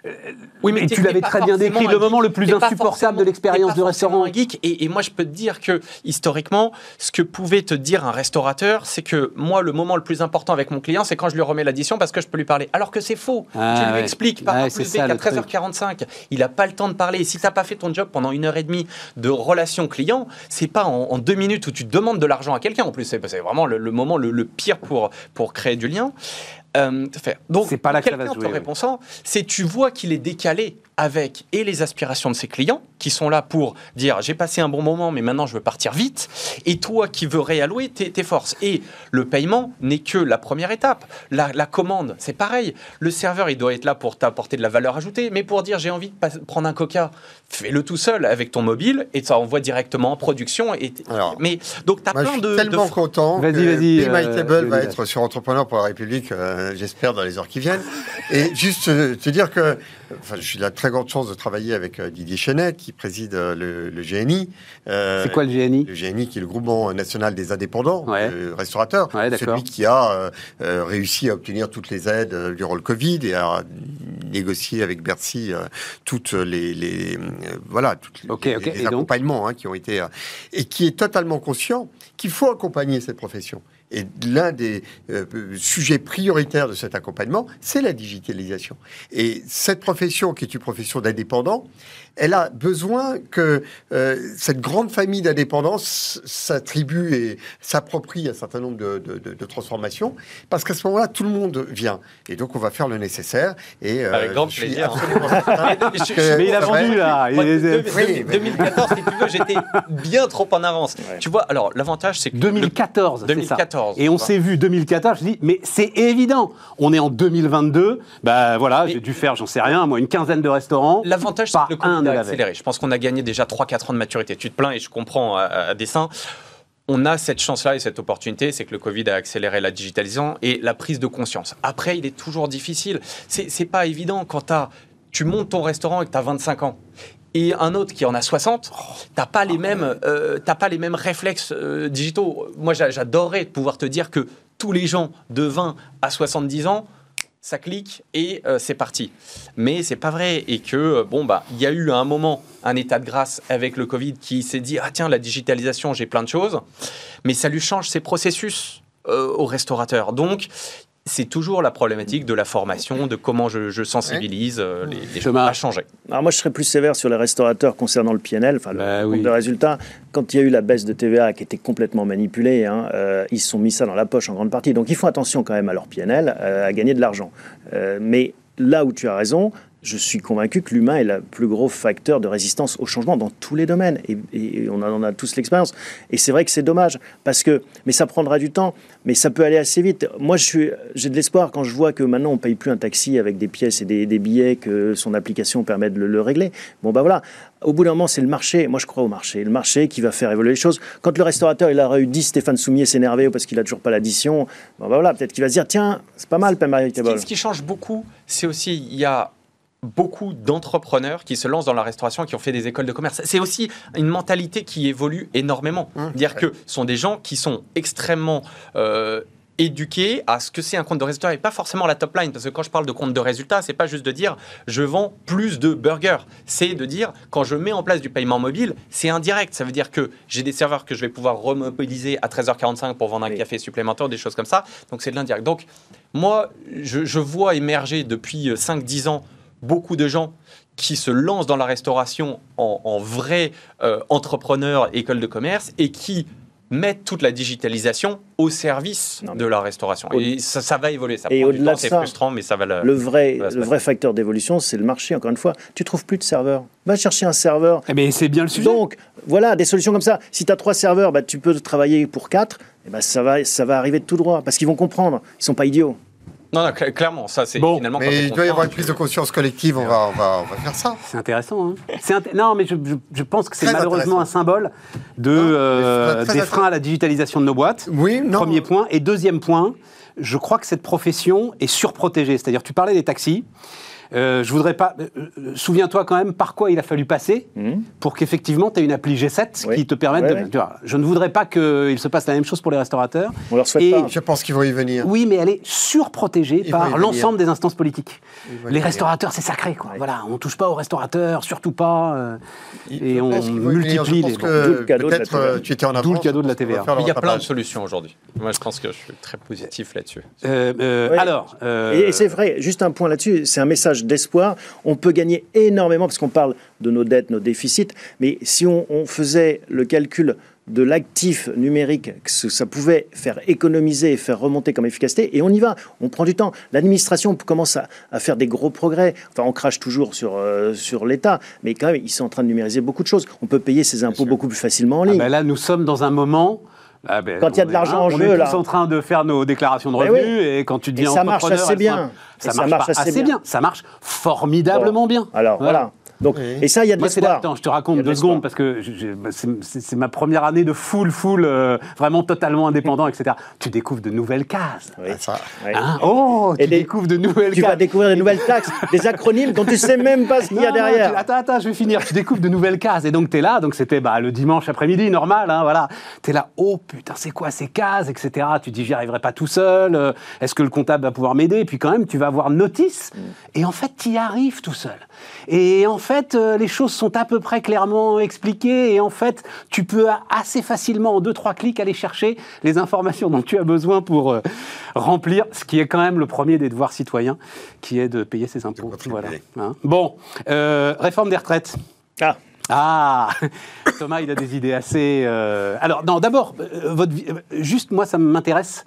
Oui, mais et tu l'avais très bien décrit, le moment le plus insupportable de l'expérience du restaurant. Un geek, et, et moi, je peux te dire que, historiquement, ce que pouvait te dire un restaurateur, c'est que moi, le moment le plus important avec mon client, c'est quand je lui remets l'addition parce que je peux lui parler. Alors que c'est faux. Ah, tu lui ouais. expliques par A plus B qu'à treize heures quarante-cinq, il n'a pas le temps de parler. Et si tu n'as pas fait ton job pendant une heure et demie de relation client, c'est pas en, en deux minutes où tu demandes de l'argent à quelqu'un. En plus, c'est, c'est vraiment le, le moment le, le pire pour, pour créer du lien. Euh, Donc, c'est pas là que ça va se jouer, te répondant, oui. c'est tu vois qu'il est décalé avec et les aspirations de ses clients qui sont là pour dire j'ai passé un bon moment mais maintenant je veux partir vite, et toi qui veux réallouer tes, tes forces. Et le paiement n'est que la première étape. La, la commande, c'est pareil. Le serveur, il doit être là pour t'apporter de la valeur ajoutée, mais pour dire j'ai envie de pas, prendre un coca, fais-le tout seul avec ton mobile et ça envoie directement en production. Et Alors, mais donc tu as plein de... Je suis tellement de... content vas-y, que vas-y, Be My Table euh, va être sur Entrepreneur pour la République, euh, j'espère, dans les heures qui viennent. Et juste euh, te dire que enfin, je suis de la très grande chance de travailler avec euh, Didier Chenet, qui préside euh, le, le G N I. Euh, c'est quoi le G N I ? Le G N I, qui est le groupement national des indépendants, ouais. euh, restaurateurs. Ouais, celui qui a euh, euh, réussi à obtenir toutes les aides euh, durant le Covid et à négocier avec Bercy euh, toutes les, les euh, voilà toutes okay, les, okay. les accompagnements hein, qui ont été euh, et qui est totalement conscient qu'il faut accompagner cette profession. Et l'un des euh, sujets prioritaires de cet accompagnement, c'est la digitalisation. Et cette profession, qui est une profession d'indépendant, elle a besoin que euh, cette grande famille d'indépendants s'attribue et s'approprie un certain nombre de, de, de, de transformations, parce qu'à ce moment-là, tout le monde vient. Et donc, on va faire le nécessaire. Et, euh, Avec grand plaisir. Mais, mais il a vendu, là. Moi, il est... oui, deux mille quatorze, si tu veux, j'étais bien trop en avance. Ouais. Tu vois, alors, l'avantage, c'est que... deux mille quatorze, le... deux mille quatorze. Et on voilà. s'est vu deux mille quatorze, je dis, mais c'est évident. On est en deux mille vingt-deux, bah voilà, mais j'ai dû faire, j'en sais rien, moi, une quinzaine de restaurants. L'avantage, c'est que le Covid a accéléré. Je pense qu'on a gagné déjà trois quatre ans de maturité. Tu te plains, et je comprends à, à dessein. On a cette chance-là et cette opportunité, c'est que le Covid a accéléré la digitalisation et la prise de conscience. Après, il est toujours difficile. C'est, c'est pas évident quand t'as, tu montes ton restaurant et que tu as vingt-cinq ans. Et un autre qui en a soixante, t'as pas les mêmes, euh, t'as pas les mêmes réflexes euh, digitaux. Moi, j'adorerais pouvoir te dire que tous les gens de vingt à soixante-dix ans, ça clique et euh, c'est parti. Mais c'est pas vrai, et que bon bah il y a eu à un moment un état de grâce avec le Covid qui s'est dit ah tiens, la digitalisation, j'ai plein de choses, mais ça lui change ses processus euh, aux restaurateurs. Donc c'est toujours la problématique de la formation, de comment je, je sensibilise euh, les, les gens à changer. Alors moi, je serais plus sévère sur les restaurateurs concernant le P and L, enfin le bah, compte oui. de résultats. Quand il y a eu la baisse de T V A qui était complètement manipulée, hein, euh, ils se sont mis ça dans la poche en grande partie. Donc ils font attention quand même à leur P and L, euh, à gagner de l'argent. Euh, mais là où tu as raison, je suis convaincu que l'humain est le plus gros facteur de résistance au changement dans tous les domaines. Et, et on en a tous l'expérience. Et c'est vrai que c'est dommage, parce que, mais ça prendra du temps, mais ça peut aller assez vite. Moi, je suis, j'ai de l'espoir quand je vois que maintenant, on ne paye plus un taxi avec des pièces et des, des billets, que son application permet de le, le régler. Bon, ben voilà. Au bout d'un moment, c'est le marché. Moi, je crois au marché. Le marché qui va faire évoluer les choses. Quand le restaurateur, il aura eu dix, Stéphane Soumier s'énerver parce qu'il n'a toujours pas l'addition, bon, ben voilà, peut-être qu'il va se dire, tiens, c'est pas mal, Be My Table. Ce qui change beaucoup, c'est aussi, il y a beaucoup d'entrepreneurs qui se lancent dans la restauration et qui ont fait des écoles de commerce. C'est aussi une mentalité qui évolue énormément. Mmh. Dire que ce sont des gens qui sont extrêmement euh, éduqués à ce que c'est un compte de résultat et pas forcément la top line. Parce que quand je parle de compte de résultat, c'est pas juste de dire je vends plus de burgers. C'est de dire quand je mets en place du paiement mobile, c'est indirect. Ça veut dire que j'ai des serveurs que je vais pouvoir remobiliser à treize heures quarante-cinq pour vendre un oui. café supplémentaire, des choses comme ça. Donc c'est de l'indirect. Donc moi, je, je vois émerger depuis cinq dix ans beaucoup de gens qui se lancent dans la restauration en, en vrais euh, entrepreneurs, écoles de commerce, et qui mettent toute la digitalisation au service non, de la restauration. Au... Et ça, ça va évoluer. Ça et prend du temps, c'est frustrant, mais ça va le... Le vrai, va le vrai facteur d'évolution, c'est le marché, encore une fois. Tu ne trouves plus de serveurs. Va chercher un serveur. Eh bien, c'est bien le sujet. Donc, voilà, des solutions comme ça. Si tu as trois serveurs, bah, tu peux travailler pour quatre. Eh ben, ça, va, ça va arriver de tout droit, parce qu'ils vont comprendre. Ils ne sont pas idiots. Non, non, clairement, ça c'est bon, finalement... Mais il doit y avoir une prise de conscience collective, on va, on va, on va faire ça. C'est intéressant. Hein. C'est int... Non, mais je, je, je pense que c'est Très malheureusement un symbole de, non, euh, des freins à la digitalisation de nos boîtes. Oui, non. Premier point. Et deuxième point, je crois que cette profession est surprotégée. C'est-à-dire, tu parlais des taxis. Euh, je voudrais pas. Euh, souviens-toi quand même par quoi il a fallu passer mmh. pour qu'effectivement tu aies une appli G sept oui. qui te permette ouais, de. Ouais. Tu vois, je ne voudrais pas qu'il se passe la même chose pour les restaurateurs. On leur souhaite Et, pas. Je pense qu'ils vont y venir. Oui, mais elle est surprotégée Ils par l'ensemble des instances politiques. Les restaurateurs, c'est sacré, quoi. Ouais. Voilà, on touche pas aux restaurateurs, surtout pas, euh, et on multiplie les. Que peut-être tu étais en avance. D'où le cadeau de la T V A. Il y a plein de solutions aujourd'hui. Moi, je pense que je suis très positif là-dessus. Euh, euh, ouais. Alors. Euh... Et, et c'est vrai. Juste un point là-dessus. C'est un message d'espoir. On peut gagner énormément, parce qu'on parle de nos dettes, nos déficits, mais si on, on faisait le calcul de l'actif numérique, que ça pouvait faire économiser et faire remonter comme efficacité, et on y va, on prend du temps. L'administration commence à, à faire des gros progrès. Enfin, on crache toujours sur, euh, sur l'État, mais quand même, ils sont en train de numériser beaucoup de choses. On peut payer ses impôts beaucoup plus facilement en ligne. Ah ben là, nous sommes dans un moment... Ah ben, quand il y a de l'argent en jeu, là. On est tous en train de faire nos déclarations de revenus, oui. et quand tu deviens et ça marche assez bien. Ça, ça marche pas assez bien. bien. Ça marche formidablement bon. bien. Alors voilà. voilà. Donc, oui. Et ça, il y a de l'espoir. Attends, je te raconte deux secondes, parce que c'est ma première année de full, full, euh, vraiment totalement indépendant, et cetera. Tu découvres de nouvelles cases. Oui. Ça. Oui. Hein oh, tu et découvres des, de nouvelles tu cases. Tu vas découvrir des nouvelles taxes, des acronymes dont tu ne sais même pas ce qu'il y a derrière. Non, tu, attends, attends, je vais finir. Tu découvres de nouvelles cases, et donc tu es là, donc c'était bah, le dimanche après-midi, normal, hein, voilà. Tu es là, oh putain, c'est quoi ces cases, et cetera. Tu dis, j'y arriverai pas tout seul, euh, est-ce que le comptable va pouvoir m'aider? Et puis quand même, tu vas avoir notice, mm. et en fait, tu y arrives tout seul. Et en fait, euh, les choses sont à peu près clairement expliquées et en fait, tu peux assez facilement, en deux, trois clics, aller chercher les informations dont tu as besoin pour euh, remplir ce qui est quand même le premier des devoirs citoyens, qui est de payer ses impôts. Voilà. Hein. Bon, euh, réforme des retraites. Ah Ah, Thomas, il a des idées assez... Euh... Alors, non, d'abord, euh, votre... juste moi, ça m'intéresse,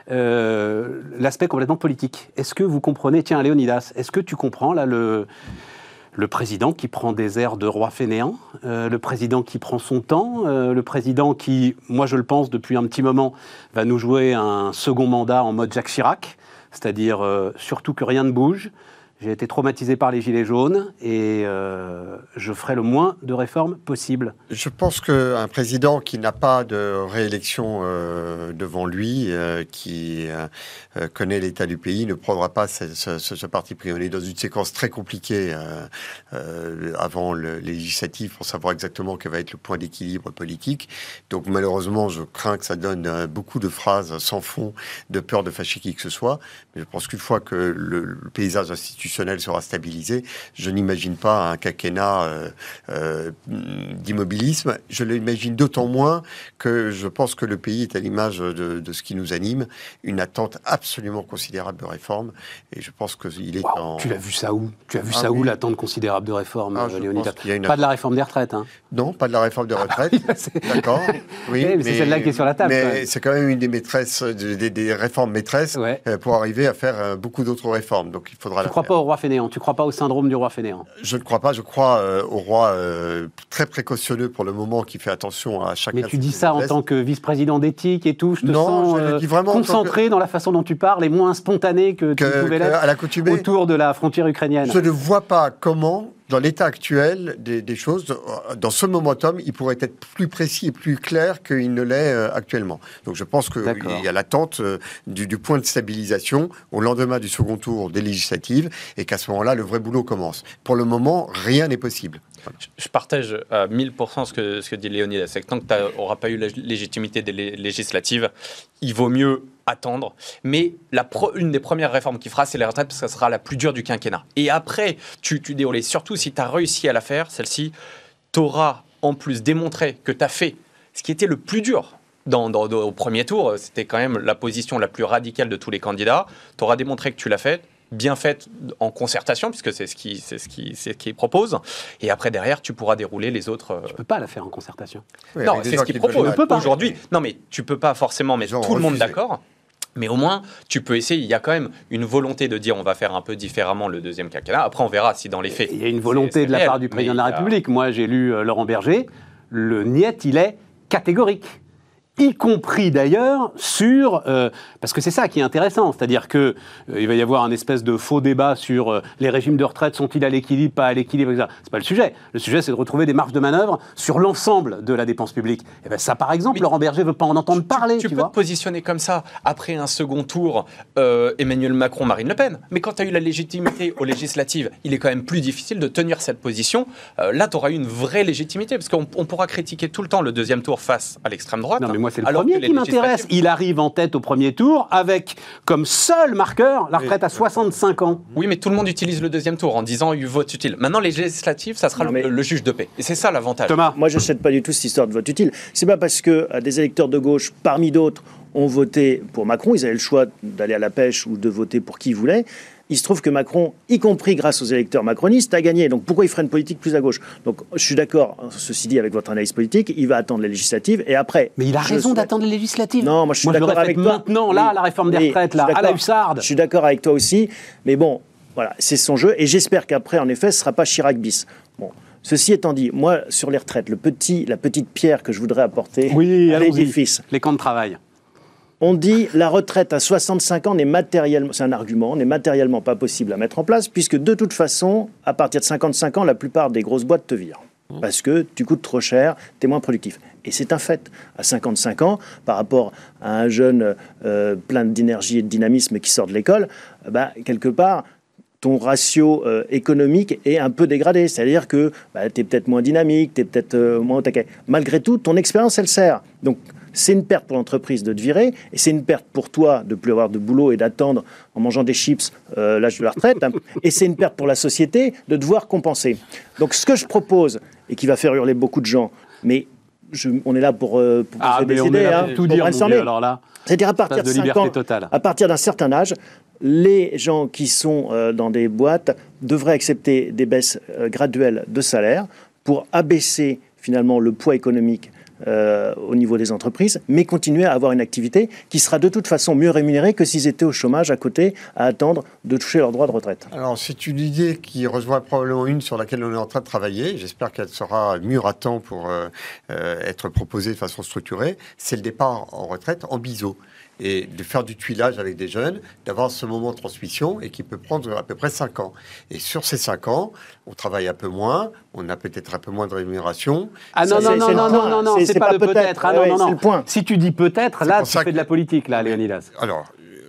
euh, l'aspect complètement politique. Est-ce que vous comprenez, tiens, Léonidas, est-ce que tu comprends, là, le... Le président qui prend des airs de roi fainéant, euh, le président qui prend son temps, euh, le président qui, moi je le pense depuis un petit moment, va nous jouer un second mandat en mode Jacques Chirac, c'est-à-dire euh, surtout que rien ne bouge. J'ai été traumatisé par les Gilets jaunes et euh, je ferai le moins de réformes possible. Je pense qu'un président qui n'a pas de réélection euh, devant lui, euh, qui euh, connaît l'état du pays, ne prendra pas ce, ce, ce parti pris. On est dans une séquence très compliquée euh, euh, avant le législatif pour savoir exactement quel va être le point d'équilibre politique. Donc malheureusement, je crains que ça donne euh, beaucoup de phrases sans fond, de peur de fâcher qui que ce soit. Mais je pense qu'une fois que le, le paysage institutionnel sera stabilisé, je n'imagine pas un quinquennat euh, euh, d'immobilisme. Je l'imagine d'autant moins que je pense que le pays est à l'image de, de ce qui nous anime, une attente absolument considérable de réforme. Et je pense qu'il est wow, en... Tu l'as vu ça où Tu as vu ah, ça oui. où, l'attente considérable de réforme, ah, Léonidas? Pas attente. de la réforme des retraites, hein? Non, pas de la réforme des retraites. D'accord. Oui, mais, mais c'est celle-là qui est sur la table. Mais c'est quand même une des maîtresses, des, des réformes maîtresses, ouais. euh, pour arriver à faire euh, beaucoup d'autres réformes. Donc il faudra. Tu ne crois pas au roi fainéant? Tu ne crois pas au syndrome du roi fainéant? Je ne crois pas. Je crois euh, au roi euh, très précautionneux pour le moment, qui fait attention à chacun. Mais tu dis ça en tant que vice-président d'éthique et tout. Je te non, sens je euh, le dis vraiment concentré que... dans la façon dont tu parles et moins spontané que, que tu pouvais l'être à l'accoutumée autour de la frontière ukrainienne. Je ne vois pas comment dans l'état actuel des, des choses, dans ce momentum, il pourrait être plus précis et plus clair qu'il ne l'est euh, actuellement. Donc je pense qu'il y a l'attente euh, du, du point de stabilisation au lendemain du second tour des législatives et qu'à ce moment-là, le vrai boulot commence. Pour le moment, rien n'est possible. Voilà. Je partage à mille pour cent ce que, ce que dit Léonidas. C'est que tant que tu n'auras pas eu la légitimité des lé- législatives, il vaut mieux attendre. Mais la pro, une des premières réformes qu'il fera, c'est les retraites, parce que ça sera la plus dure du quinquennat. Et après, tu, tu déroules. Surtout si tu as réussi à la faire, celle-ci, tu auras en plus démontré que tu as fait ce qui était le plus dur. Dans, dans, dans, au premier tour, c'était quand même la position la plus radicale de tous les candidats. Tu auras démontré que tu l'as fait, bien faite en concertation, puisque c'est ce qui, c'est ce qui, c'est ce qu'il propose. Et après, derrière, tu pourras dérouler les autres. Tu ne peux pas la faire en concertation. Oui, non, c'est ce qu'il propose aujourd'hui. Non, mais tu ne peux pas forcément mettre tout le monde d'accord. Mais au moins, tu peux essayer. Il y a quand même une volonté de dire on va faire un peu différemment le deuxième quinquennat. Après, on verra si dans les faits. Il y a une volonté c'est, c'est de la réel, part du président de la République. A... Moi, j'ai lu euh, Laurent Berger. Le niet, il est catégorique. Y compris d'ailleurs sur... Euh, parce que c'est ça qui est intéressant, c'est-à-dire qu'il euh, va y avoir un espèce de faux débat sur euh, les régimes de retraite, sont-ils à l'équilibre, pas à l'équilibre, et cetera. C'est pas le sujet. Le sujet, c'est de retrouver des marges de manœuvre sur l'ensemble de la dépense publique. Et ben ça, par exemple, mais Laurent Berger ne veut pas en entendre tu, parler. Tu, tu tu vois peux te positionner comme ça, après un second tour, euh, Emmanuel Macron, Marine Le Pen. Mais quand tu as eu la légitimité aux législatives, il est quand même plus difficile de tenir cette position. Euh, là, tu auras eu une vraie légitimité, parce qu'on on pourra critiquer tout le temps le deuxième tour face à l'extrême droite. Non, mais moi, c'est le premier qui m'intéresse. Il arrive en tête au premier tour avec comme seul marqueur la retraite à soixante-cinq ans. Oui, mais tout le monde utilise le deuxième tour en disant il vote utile. Maintenant, les législatives, ça sera non, le, le juge de paix. Et c'est ça l'avantage. Thomas, moi, je n'achète pas du tout cette histoire de vote utile. C'est pas parce que euh, des électeurs de gauche, parmi d'autres, ont voté pour Macron, ils avaient le choix d'aller à la pêche ou de voter pour qui ils voulaient. Il se trouve que Macron, y compris grâce aux électeurs macronistes, a gagné. Donc pourquoi il ferait une politique plus à gauche ? Donc je suis d'accord, ceci dit, avec votre analyse politique, il va attendre les législatives et après... Mais il a raison souhaite... d'attendre les législatives. Non, moi je suis moi, d'accord je avec toi. Maintenant, là, oui, la réforme des oui, retraites, là, à la hussarde. Je suis d'accord avec toi aussi, mais bon, voilà, c'est son jeu et j'espère qu'après, en effet, ce ne sera pas Chirac bis. Bon. Ceci étant dit, moi, sur les retraites, le petit, la petite pierre que je voudrais apporter oui, à l'édifice... Les camps de travail. On dit la retraite à soixante-cinq ans n'est matériellement, c'est un argument, n'est matériellement pas possible à mettre en place puisque de toute façon, à partir de cinquante-cinq ans, la plupart des grosses boîtes te virent parce que tu coûtes trop cher, tu es moins productif. Et c'est un fait. À cinquante-cinq ans, par rapport à un jeune euh, plein d'énergie et de dynamisme qui sort de l'école, bah, quelque part, ton ratio euh, économique est un peu dégradé. C'est-à-dire que bah, tu es peut-être moins dynamique, tu es peut-être euh, moins au taquet. Malgré tout, ton expérience, elle sert. Donc, c'est une perte pour l'entreprise de te virer, et c'est une perte pour toi de ne plus avoir de boulot et d'attendre en mangeant des chips euh, l'âge de la retraite, hein. Et c'est une perte pour la société de devoir compenser. Donc ce que je propose, et qui va faire hurler beaucoup de gens, mais je, on est là pour, euh, pour ah, des idées, hein, pour tout dire, brainstormer. C'est-à-dire à partir de cinq ans, totale. à partir d'un certain âge, les gens qui sont euh, dans des boîtes devraient accepter des baisses euh, graduelles de salaire pour abaisser finalement le poids économique Euh, au niveau des entreprises, mais continuer à avoir une activité qui sera de toute façon mieux rémunérée que s'ils étaient au chômage à côté, à attendre de toucher leur droit de retraite. Alors, c'est une idée qui rejoint probablement une sur laquelle on est en train de travailler. J'espère qu'elle sera mûre à temps pour euh, euh, être proposée de façon structurée. C'est le départ en retraite en biseau. Et de faire du tuilage avec des jeunes, d'avoir ce moment de transmission et qui peut prendre à peu près cinq ans. Et sur ces cinq ans, on travaille un peu moins, on a peut-être un peu moins de rémunération. Ah non, non, non, non, non, non, non, c'est pas le peut-être. Ah non, non, non. C'est le point. Si tu dis peut-être, là, tu fais de la politique, là, Léonidas. Alors,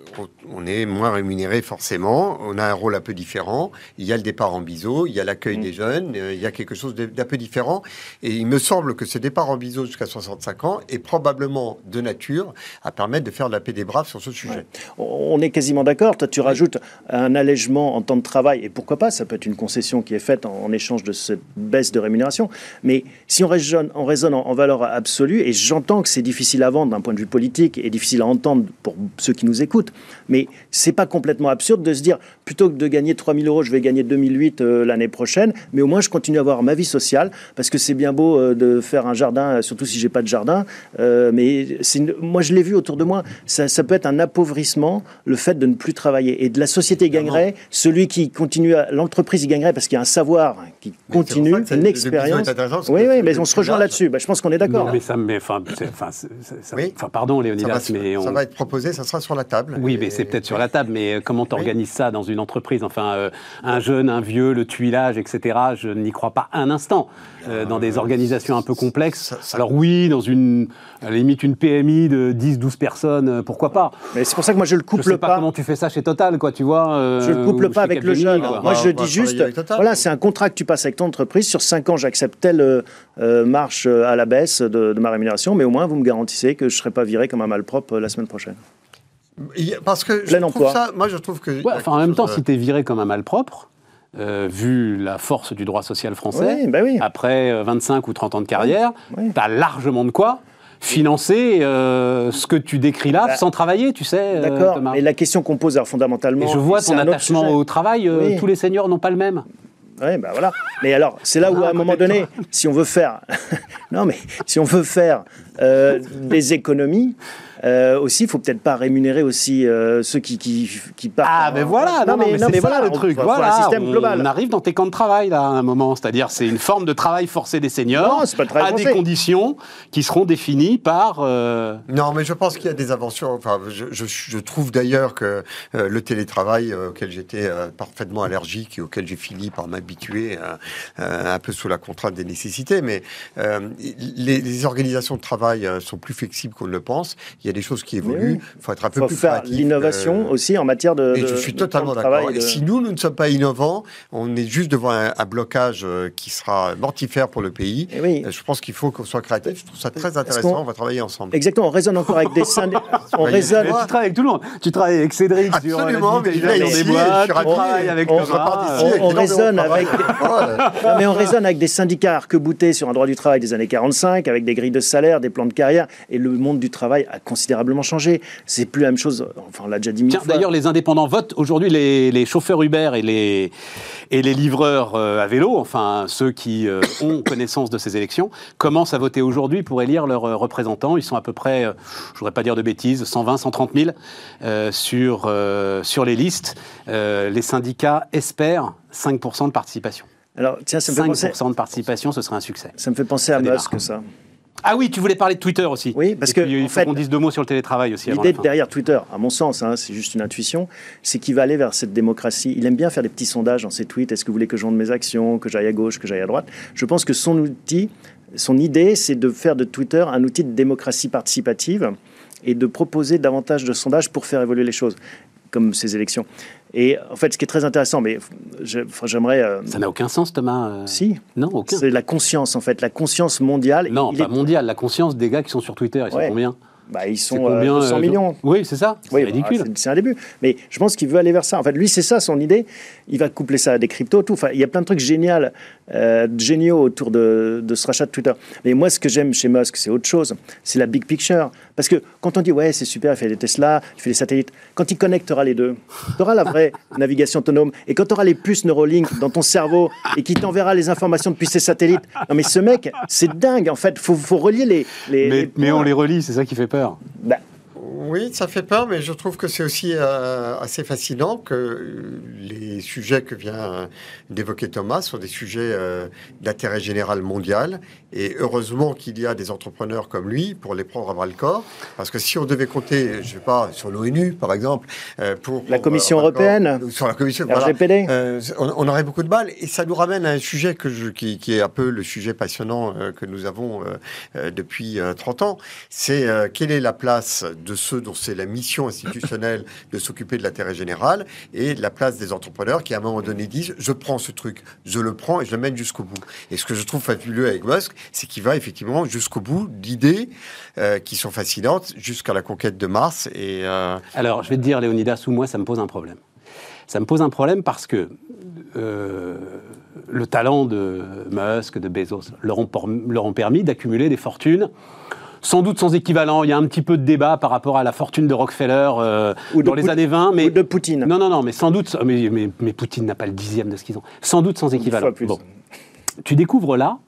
on est moins rémunéré forcément, on a un rôle un peu différent, il y a le départ en biseau, il y a l'accueil mmh. des jeunes, il y a quelque chose d'un peu différent, et il me semble que ce départ en biseau jusqu'à soixante-cinq ans est probablement de nature à permettre de faire de la paix des braves sur ce sujet. Ouais. On est quasiment d'accord, toi tu rajoutes un allègement en temps de travail, et pourquoi pas, ça peut être une concession qui est faite en, en échange de cette baisse de rémunération, mais si on raisonne, on raisonne en, en valeur absolue, et j'entends que c'est difficile à vendre d'un point de vue politique, et difficile à entendre pour ceux qui nous écoutent, mais c'est pas complètement absurde de se dire, plutôt que de gagner trois mille euros, je vais gagner deux mille huit euh, l'année prochaine, mais au moins je continue à avoir ma vie sociale, parce que c'est bien beau euh, de faire un jardin, surtout si j'ai pas de jardin, euh, mais c'est une... moi je l'ai vu autour de moi, ça, ça peut être un appauvrissement, le fait de ne plus travailler, et de la société gagnerait, non. celui qui continue, à... l'entreprise y gagnerait, parce qu'il y a un savoir qui mais continue, une expérience. Oui, oui, mais on se rejoint là-dessus, bah, je pense qu'on est d'accord. Non, mais ça, mais enfin, oui. Enfin, pardon Léonidas, ça va, mais on... ça va être proposé, ça sera sur la table. Oui, Oui, mais c'est peut-être sur la table, mais comment tu organises oui. ça dans une entreprise? Enfin, euh, un jeune, un vieux, le tuilage, et cetera, je n'y crois pas un instant. Euh, dans des organisations un peu complexes. Ça, ça... Alors oui, dans une, à la limite, une P M I de dix douze personnes, pourquoi pas? Mais c'est pour ça que moi je le couple je sais pas. pas comment tu fais ça chez Total, quoi, tu vois. Euh, je le couple pas avec le jeune. Quoi. Moi, je dis juste, voilà, c'est un contrat que tu passes avec ton entreprise. Sur cinq ans, j'accepte telle euh, marche à la baisse de, de ma rémunération, mais au moins, vous me garantissez que je ne serai pas viré comme un malpropre la semaine prochaine. Parce que je trouve ça, moi, je trouve que... Ouais, enfin, en même temps, de... si tu es viré comme un malpropre, Euh, vu la force du droit social français, oui, bah oui. après euh, vingt-cinq ou trente ans de carrière, oui. tu as largement de quoi financer euh, ce que tu décris là, bah, sans travailler, tu sais. D'accord, euh, mais la question qu'on pose alors, fondamentalement... Et je vois ton attachement au travail, euh, oui. tous les seniors n'ont pas le même. Oui, ben voilà. Mais alors, c'est là où, ah, à un moment donné, si on veut faire... non, mais si on veut faire euh, des économies... Euh, aussi, il ne faut peut-être pas rémunérer aussi euh, ceux qui, qui, qui partent. Ah, mais voilà, non, non, mais, mais non, c'est mais ça voilà, le truc. Voilà, un système global. On arrive dans tes camps de travail, là, à un moment. C'est-à-dire, c'est une forme de travail forcé des seniors, non, c'est pas le travail à forcé. Des conditions qui seront définies par... Euh... Non, mais je pense qu'il y a des inventions. Enfin, je, je, je trouve d'ailleurs que euh, le télétravail, euh, auquel j'étais euh, parfaitement allergique et auquel j'ai fini par m'habituer, euh, euh, un peu sous la contrainte des nécessités, mais euh, les, les organisations de travail euh, sont plus flexibles qu'on ne le pense. Il y a des choses qui évoluent. Il faut être un peu faut plus faire l'innovation euh... aussi en matière de. Et de je suis de totalement d'accord. De... Si nous, nous ne sommes pas innovants, on est juste devant un, un blocage euh, qui sera mortifère pour le pays. Et oui. Je pense qu'il faut qu'on soit créatif. Je trouve ça très intéressant. On... on va travailler ensemble. Exactement. On raisonne encore avec des syndicats. on raisonne. Tu travailles avec tout le monde. Tu travailles avec Cédric. Absolument. Mais il ici, des boîtes. Je travaille avec on, on, on raisonne avec. Des... mais on raisonne avec des syndicats arc-boutés sur un droit du travail des années quarante-cinq, avec des grilles de salaire, des plans de carrière, et le monde du travail a considérablement changé. C'est plus la même chose, enfin on l'a déjà dit mille Tiens, fois. D'ailleurs, les indépendants votent. Aujourd'hui, les, les chauffeurs Uber et les, et les livreurs euh, à vélo, enfin ceux qui euh, ont connaissance de ces élections, commencent à voter aujourd'hui pour élire leurs euh, représentants. Ils sont à peu près, euh, je ne voudrais pas dire de bêtises, cent vingt, cent trente mille euh, sur, euh, sur les listes. Euh, les syndicats espèrent cinq pour cent de participation. Alors, tiens, ça me fait cinq pour cent penser... de participation, ce serait un succès. Ça me fait penser ça à démarre. Musk, ça. Ah oui, tu voulais parler de Twitter aussi. Oui, parce que il faut qu'on dise deux mots sur le télétravail aussi. L'idée derrière Twitter, à mon sens, hein, c'est juste une intuition, c'est qu'il va aller vers cette démocratie. Il aime bien faire des petits sondages dans ses tweets. Est-ce que vous voulez que je vende mes actions, que j'aille à gauche, que j'aille à droite? Je pense que son outil, son idée, c'est de faire de Twitter un outil de démocratie participative et de proposer davantage de sondages pour faire évoluer les choses, comme ces élections. Et en fait, ce qui est très intéressant, mais je, enfin, j'aimerais... Euh... Ça n'a aucun sens, Thomas. Euh... Si. Non, aucun. C'est la conscience, en fait, la conscience mondiale. Non, il pas est... mondiale, la conscience des gars qui sont sur Twitter. Ils ouais. sont combien? Bah, ils sont combien, euh, deux cents millions. Euh, oui, c'est ça. C'est oui, ridicule. Bah, c'est, c'est un début. Mais je pense qu'il veut aller vers ça. En fait, lui, c'est ça son idée. Il va coupler ça à des cryptos, tout. Enfin, il y a plein de trucs géniaux, euh, géniaux autour de, de ce rachat de Twitter. Mais moi, ce que j'aime chez Musk, c'est autre chose. C'est la big picture. Parce que quand on dit, ouais, c'est super, il fait des Tesla, il fait des satellites, quand il connectera les deux, tu auras la vraie navigation autonome. Et quand tu auras les puces Neuralink dans ton cerveau et qui t'enverra les informations depuis ces satellites. Non, mais ce mec, c'est dingue. En fait, il faut, faut relier les. les, mais, les mais on les relie, c'est ça qui fait peur. Bah, Oui, ça fait peur, mais je trouve que c'est aussi euh, assez fascinant que les sujets que vient d'évoquer Thomas sont des sujets euh, d'intérêt général mondial. Et heureusement qu'il y a des entrepreneurs comme lui pour les prendre à bras-le-corps. Parce que si on devait compter, je sais pas, sur l'ONU, par exemple, euh, pour, pour... La Commission euh, européenne, sur la Commission, R G P D. Voilà, euh, on, on aurait beaucoup de balles. Et ça nous ramène à un sujet que je, qui, qui est un peu le sujet passionnant euh, que nous avons euh, euh, depuis euh, trente ans. C'est euh, quelle est la place de ceux dont c'est la mission institutionnelle de s'occuper de l'intérêt général et la place des entrepreneurs qui, à un moment donné, disent « je prends ce truc, je le prends et je le mène jusqu'au bout ». Et ce que je trouve fabuleux avec Musk, c'est qu'il va effectivement jusqu'au bout d'idées euh, qui sont fascinantes jusqu'à la conquête de Mars. Et, euh... Alors, je vais te dire, Léonidas, ou moi, ça me pose un problème. Ça me pose un problème parce que euh, le talent de Musk, de Bezos, leur ont, leur ont permis d'accumuler des fortunes sans doute sans équivalent. Il y a un petit peu de débat par rapport à la fortune de Rockefeller euh, ou de dans les Pout- années vingt. Mais... Ou de Poutine. Non, non, non, mais sans doute... Mais, mais, mais Poutine n'a pas le dixième de ce qu'ils ont. Sans doute sans équivalent. Bon. Tu découvres là,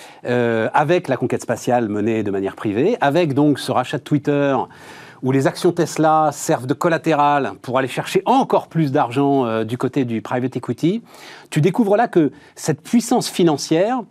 euh, avec la conquête spatiale menée de manière privée, avec donc ce rachat de Twitter, où les actions Tesla servent de collatéral pour aller chercher encore plus d'argent euh, du côté du private equity, tu découvres là que cette puissance financière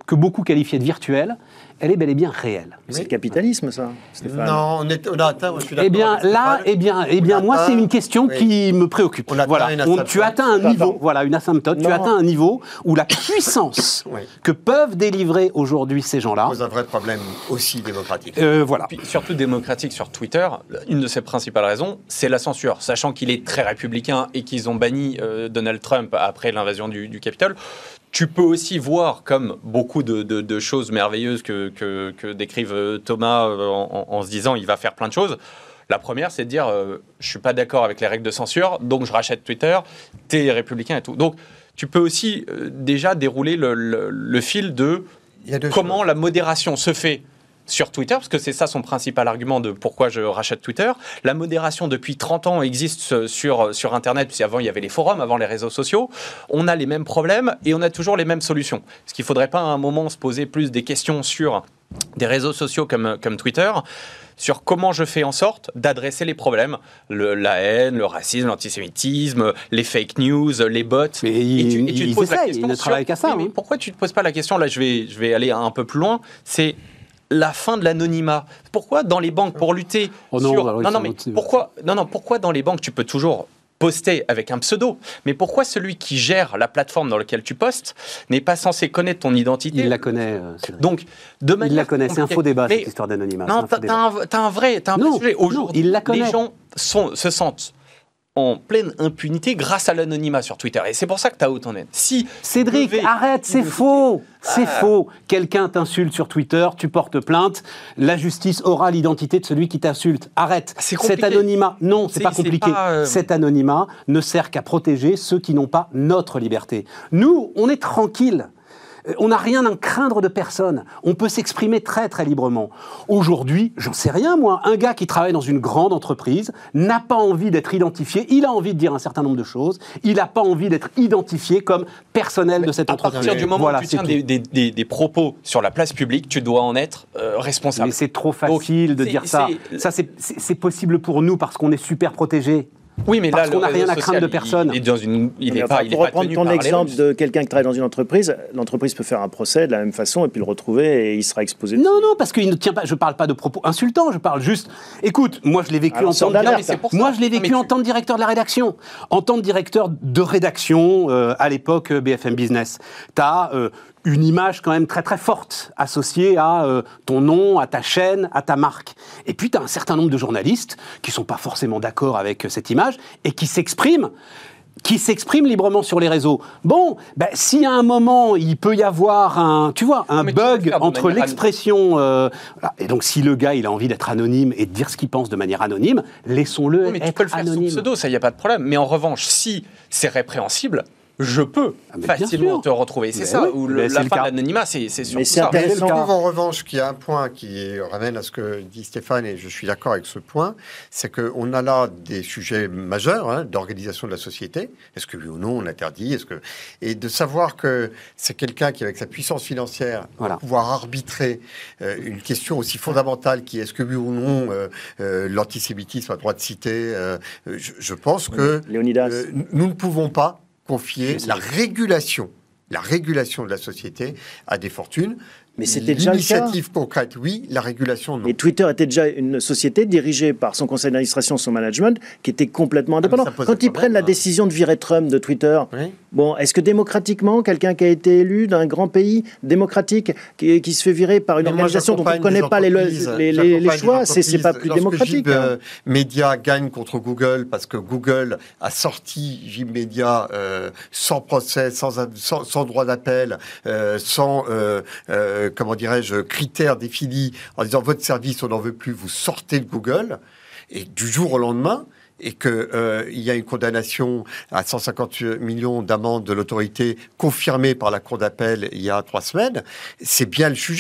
que beaucoup qualifiaient de virtuelle, elle est bel et bien réelle. Oui. C'est le capitalisme, ça, Stéphane. Non, on, est, on a atteint, moi je suis d'accord. Eh bien, là, eh bien, eh bien moi, c'est une question oui. qui me préoccupe. On voilà. On, tu atteins un niveau, voilà, une asymptote, non. tu atteins un niveau où la puissance oui. que peuvent délivrer aujourd'hui ces gens-là pose un vrai problème aussi démocratique. Euh, voilà. Puis, surtout démocratique sur Twitter, une de ses principales raisons, c'est la censure. Sachant qu'il est très républicain et qu'ils ont banni euh, Donald Trump après l'invasion du, du Capitole, tu peux aussi voir, comme beaucoup de, de, de choses merveilleuses que, que, que décrive Thomas en, en, en se disant il va faire plein de choses. La première, c'est de dire euh, je ne suis pas d'accord avec les règles de censure, donc je rachète Twitter, t'es républicain et tout. Donc tu peux aussi euh, déjà dérouler le, le, le fil de comment choses. La modération se fait sur Twitter, parce que c'est ça son principal argument de pourquoi je rachète Twitter. La modération, depuis trente ans, existe sur, sur Internet, puisqu'avant, il y avait les forums, avant les réseaux sociaux. On a les mêmes problèmes et on a toujours les mêmes solutions. Est-ce qu'il ne faudrait pas à un moment se poser plus des questions sur des réseaux sociaux comme, comme Twitter, sur comment je fais en sorte d'adresser les problèmes, le, la haine, le racisme, l'antisémitisme, les fake news, les bots. Mais et il, tu, et tu il, te poses essaie, la question il ne travaille qu'à ça. Mais, hein. mais pourquoi tu ne te poses pas la question, là je vais, je vais aller un peu plus loin, c'est la fin de l'anonymat. Pourquoi dans les banques, pour lutter oh non, sur... alors, non, non, mais pourquoi... non, non, pourquoi dans les banques, tu peux toujours poster avec un pseudo, mais pourquoi celui qui gère la plateforme dans laquelle tu postes n'est pas censé connaître ton identité? Il la connaît, euh, donc, de manière il la connaît, c'est un faux débat, mais, cette histoire d'anonymat. Non, t'as un, t'as un vrai, t'as un non, vrai sujet. Aujourd'hui, il la connaît. Les gens sont, se sentent en pleine impunité grâce à l'anonymat sur Twitter. Et c'est pour ça que tu as autant d'aide. Si Cédric, devais... arrête, c'est faux. C'est ah. faux. Quelqu'un t'insulte sur Twitter, tu portes plainte, la justice aura l'identité de celui qui t'insulte. Arrête. C'est Cet anonymat, non, c'est, c'est pas compliqué. C'est pas, euh... Cet anonymat ne sert qu'à protéger ceux qui n'ont pas notre liberté. Nous, on est tranquille. On n'a rien à craindre de personne. On peut s'exprimer très très librement. Aujourd'hui, j'en sais rien moi, un gars qui travaille dans une grande entreprise n'a pas envie d'être identifié, il a envie de dire un certain nombre de choses, il n'a pas envie d'être identifié comme personnel mais de cette entreprise. À partir du moment voilà, où tu tiens des, des, des, des propos sur la place publique, tu dois en être euh, responsable. Mais c'est trop facile Donc, de dire ça. C'est... Ça, c'est, c'est, c'est possible pour nous parce qu'on est super protégés. Oui, mais parce là, qu'on n'a rien à craindre de personne. Il est dans une, il est enfin, pas, il pour est reprendre pas ton exemple de quelqu'un qui travaille dans une entreprise, l'entreprise peut faire un procès de la même façon et puis le retrouver et il sera exposé. Non, non, parce qu'il ne tient pas. Je parle pas de propos insultants. Je parle juste. Écoute, moi je l'ai vécu Alors, en tant de moi je l'ai vécu en tant que directeur de la rédaction, en tant que directeur de rédaction euh, à l'époque B F M Business. T'as euh, une image quand même très très forte associée à euh, ton nom, à ta chaîne, à ta marque. Et puis tu as un certain nombre de journalistes qui sont pas forcément d'accord avec euh, cette image et qui s'expriment qui s'expriment librement sur les réseaux. Bon, ben, si à un moment, il peut y avoir un, tu vois, un bug entre l'expression... Euh, et donc, si le gars, il a envie d'être anonyme et de dire ce qu'il pense de manière anonyme, laissons-le non, mais être tu peux le faire anonyme. Sous pseudo, ça, il n'y a pas de problème. Mais en revanche, si c'est répréhensible, je peux ah, facilement te retrouver. C'est mais ça, oui. où le, la fin de l'anonymat, c'est, c'est sur mais c'est ça. Mais je trouve en revanche qu'il y a un point qui ramène à ce que dit Stéphane, et je suis d'accord avec ce point, c'est qu'on a là des sujets majeurs hein, d'organisation de la société. Est-ce que oui ou non on interdit est-ce que... Et de savoir que c'est quelqu'un qui, avec sa puissance financière, voilà. va pouvoir arbitrer euh, une question aussi fondamentale qui est est-ce que oui ou non euh, euh, l'antisémitisme a droit de citer. Euh, je, je pense que euh, nous ne pouvons pas confier la régulation, la régulation de la société à des fortunes. Mais c'était déjà l'initiative concrète, oui, la régulation, non. Et Twitter était déjà une société dirigée par son conseil d'administration, son management, qui était complètement indépendant. Ah, Quand ils prennent la décision de virer Trump de Twitter, oui. bon, est-ce que démocratiquement, quelqu'un qui a été élu d'un grand pays démocratique, qui, qui se fait virer par une mais organisation dont on ne connaît pas les, les, les, les choix, c'est, c'est pas plus démocratique. Lorsque hein. Media gagne contre Google, parce que Google a sorti Jib Media euh, sans procès, sans, sans, sans droit d'appel, euh, sans... Euh, euh, comment dirais-je, critères définis en disant votre service, on n'en veut plus, vous sortez de Google, et du jour au lendemain, et qu'il euh, y a une condamnation à cent cinquante millions d'amende de l'autorité confirmée par la Cour d'appel il y a trois semaines, c'est bien le sujet.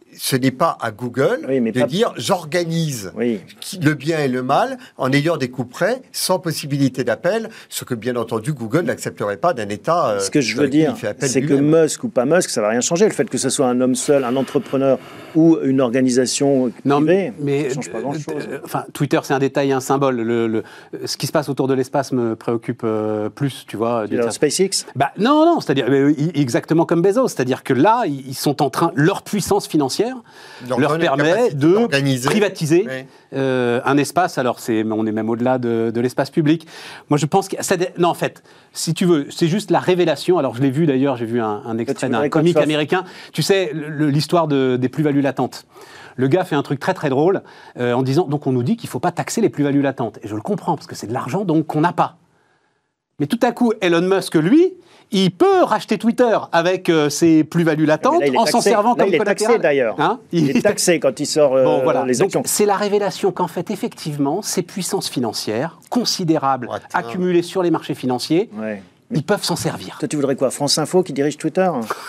ce n'est pas à Google oui, de pas... dire j'organise oui. le bien et le mal en ayant des coups près, sans possibilité d'appel, ce que bien entendu Google n'accepterait pas d'un État. Ce que je veux dire, c'est que Musk ou pas Musk, ça ne va rien changer. Le fait que ce soit un homme seul, un entrepreneur ou une organisation privée, non, mais, ça ne change pas grand-chose. Euh, enfin, Twitter, c'est un détail, un symbole. Le, le, ce qui se passe autour de l'espace me préoccupe euh, plus, tu vois. Alors, SpaceX bah, Non, non, c'est-à-dire euh, exactement comme Bezos. C'est-à-dire que là, ils sont en train, leur puissance financière leur, leur permet de privatiser oui. euh, un espace. Alors, c'est, on est même au-delà de, de l'espace public. Moi, je pense que ça, non, en fait, si tu veux, c'est juste la révélation. Alors, je l'ai vu d'ailleurs, j'ai vu un, un extrait d'un comique américain. Tu sais, le, l'histoire de, des plus-values latentes. Le gars fait un truc très très drôle euh, en disant donc on nous dit qu'il ne faut pas taxer les plus-values latentes. Et je le comprends parce que c'est de l'argent donc qu'on n'a pas. Mais tout à coup, Elon Musk, lui, il peut racheter Twitter avec euh, ses plus-values latentes en s'en servant là, comme il collatéral. Il est taxé d'ailleurs. Hein il, il est taxé quand il sort euh, bon, voilà. les actions. C'est la révélation qu'en fait, effectivement, ces puissances financières considérables ouais, accumulées sur les marchés financiers, ouais. ils peuvent s'en servir. Toi, tu voudrais quoi ? France Info qui dirige Twitter ?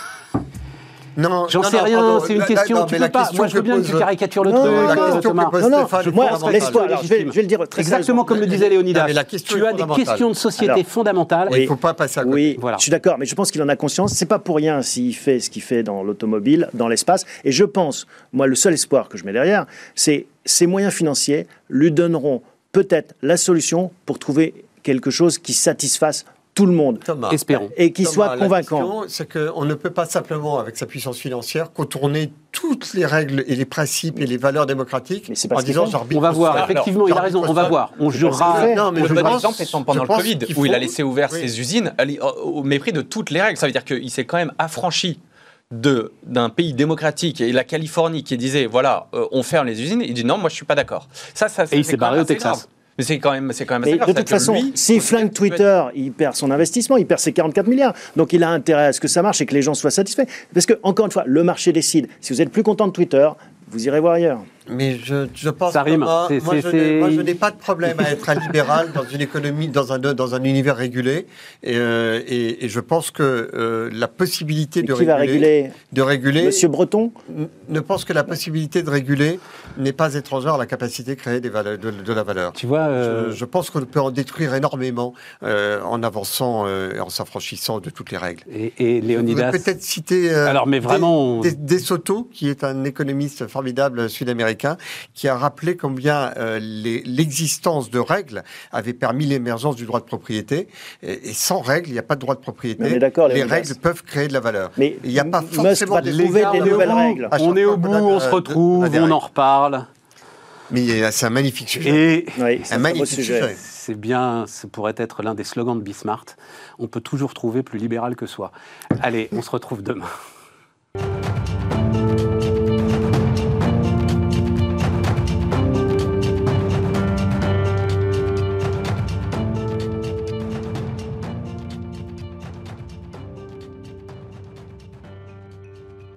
Non, j'en non, sais non, rien, pardon, c'est une la, question, non, tu peux pas, moi je veux bien pose... que tu caricatures le non, truc, non, euh, non, Thomas. Non, non, moi, laisse-toi, alors je vais, je vais le dire très exactement comme le disait Léonidas, tu as des questions de société alors, fondamentales. Oui, il ne faut pas passer à côté. Oui, voilà. Je suis d'accord, mais je pense qu'il en a conscience, c'est pas pour rien s'il fait ce qu'il fait dans l'automobile, dans l'espace, et je pense, moi le seul espoir que je mets derrière, c'est ces moyens financiers lui donneront peut-être la solution pour trouver quelque chose qui satisfasse tout le monde. Thomas, espérons. Et qui soit convaincant. C'est qu'on ne peut pas simplement, avec sa puissance financière, contourner toutes les règles et les principes et les valeurs démocratiques en disant j'arbitre. On va voir, alors, effectivement, il a raison, on va voir. On jurera. Non, mais le bon exemple étant pendant le Covid, où il a laissé ouvert oui. ses usines au mépris de toutes les règles. Ça veut dire qu'il s'est quand même affranchi de, d'un pays démocratique, et la Californie qui disait, voilà, euh, on ferme les usines, il dit non, moi je ne suis pas d'accord. Ça, ça, et il s'est barré au Texas. Grave. Mais c'est quand même, c'est quand même assez grave. De toute façon, s'il flingue Twitter, il perd son investissement, il perd ses quarante-quatre milliards. Donc il a intérêt à ce que ça marche et que les gens soient satisfaits. Parce que, encore une fois, le marché décide. Si vous êtes plus content de Twitter, vous irez voir ailleurs. Mais je, je pense ça rime. Moi, c'est, moi, c'est, je c'est... moi, je n'ai pas de problème à être un libéral dans une économie, dans un, dans un univers régulé. Et, euh, et, et je pense que euh, la possibilité Mais de qui réguler, va réguler, de réguler, Monsieur Breton, ne pense que la possibilité de réguler n'est pas étrangère à la capacité de créer des valeurs, de, de la valeur. Tu vois, euh... je, je pense qu'on peut en détruire énormément euh, en avançant et euh, en s'affranchissant de toutes les règles. Et, et Léonidas. Je peut-être citer euh, Alors, mais vraiment, des, des, des Soto, qui est un économiste formidable sud-américain, qui a rappelé combien euh, les, l'existence de règles avait permis l'émergence du droit de propriété. Et, et sans règles, il n'y a pas de droit de propriété. Les, les règles peuvent créer de la valeur. Mais il n'y a pas forcément des nouvelles règles. On est au bout, on se retrouve, on en reparle. Mais c'est un magnifique sujet. Et oui, c'est un, un magnifique sujet. sujet. C'est bien, ça pourrait être l'un des slogans de Bismarck. On peut toujours trouver plus libéral que soi. Allez, on se retrouve demain.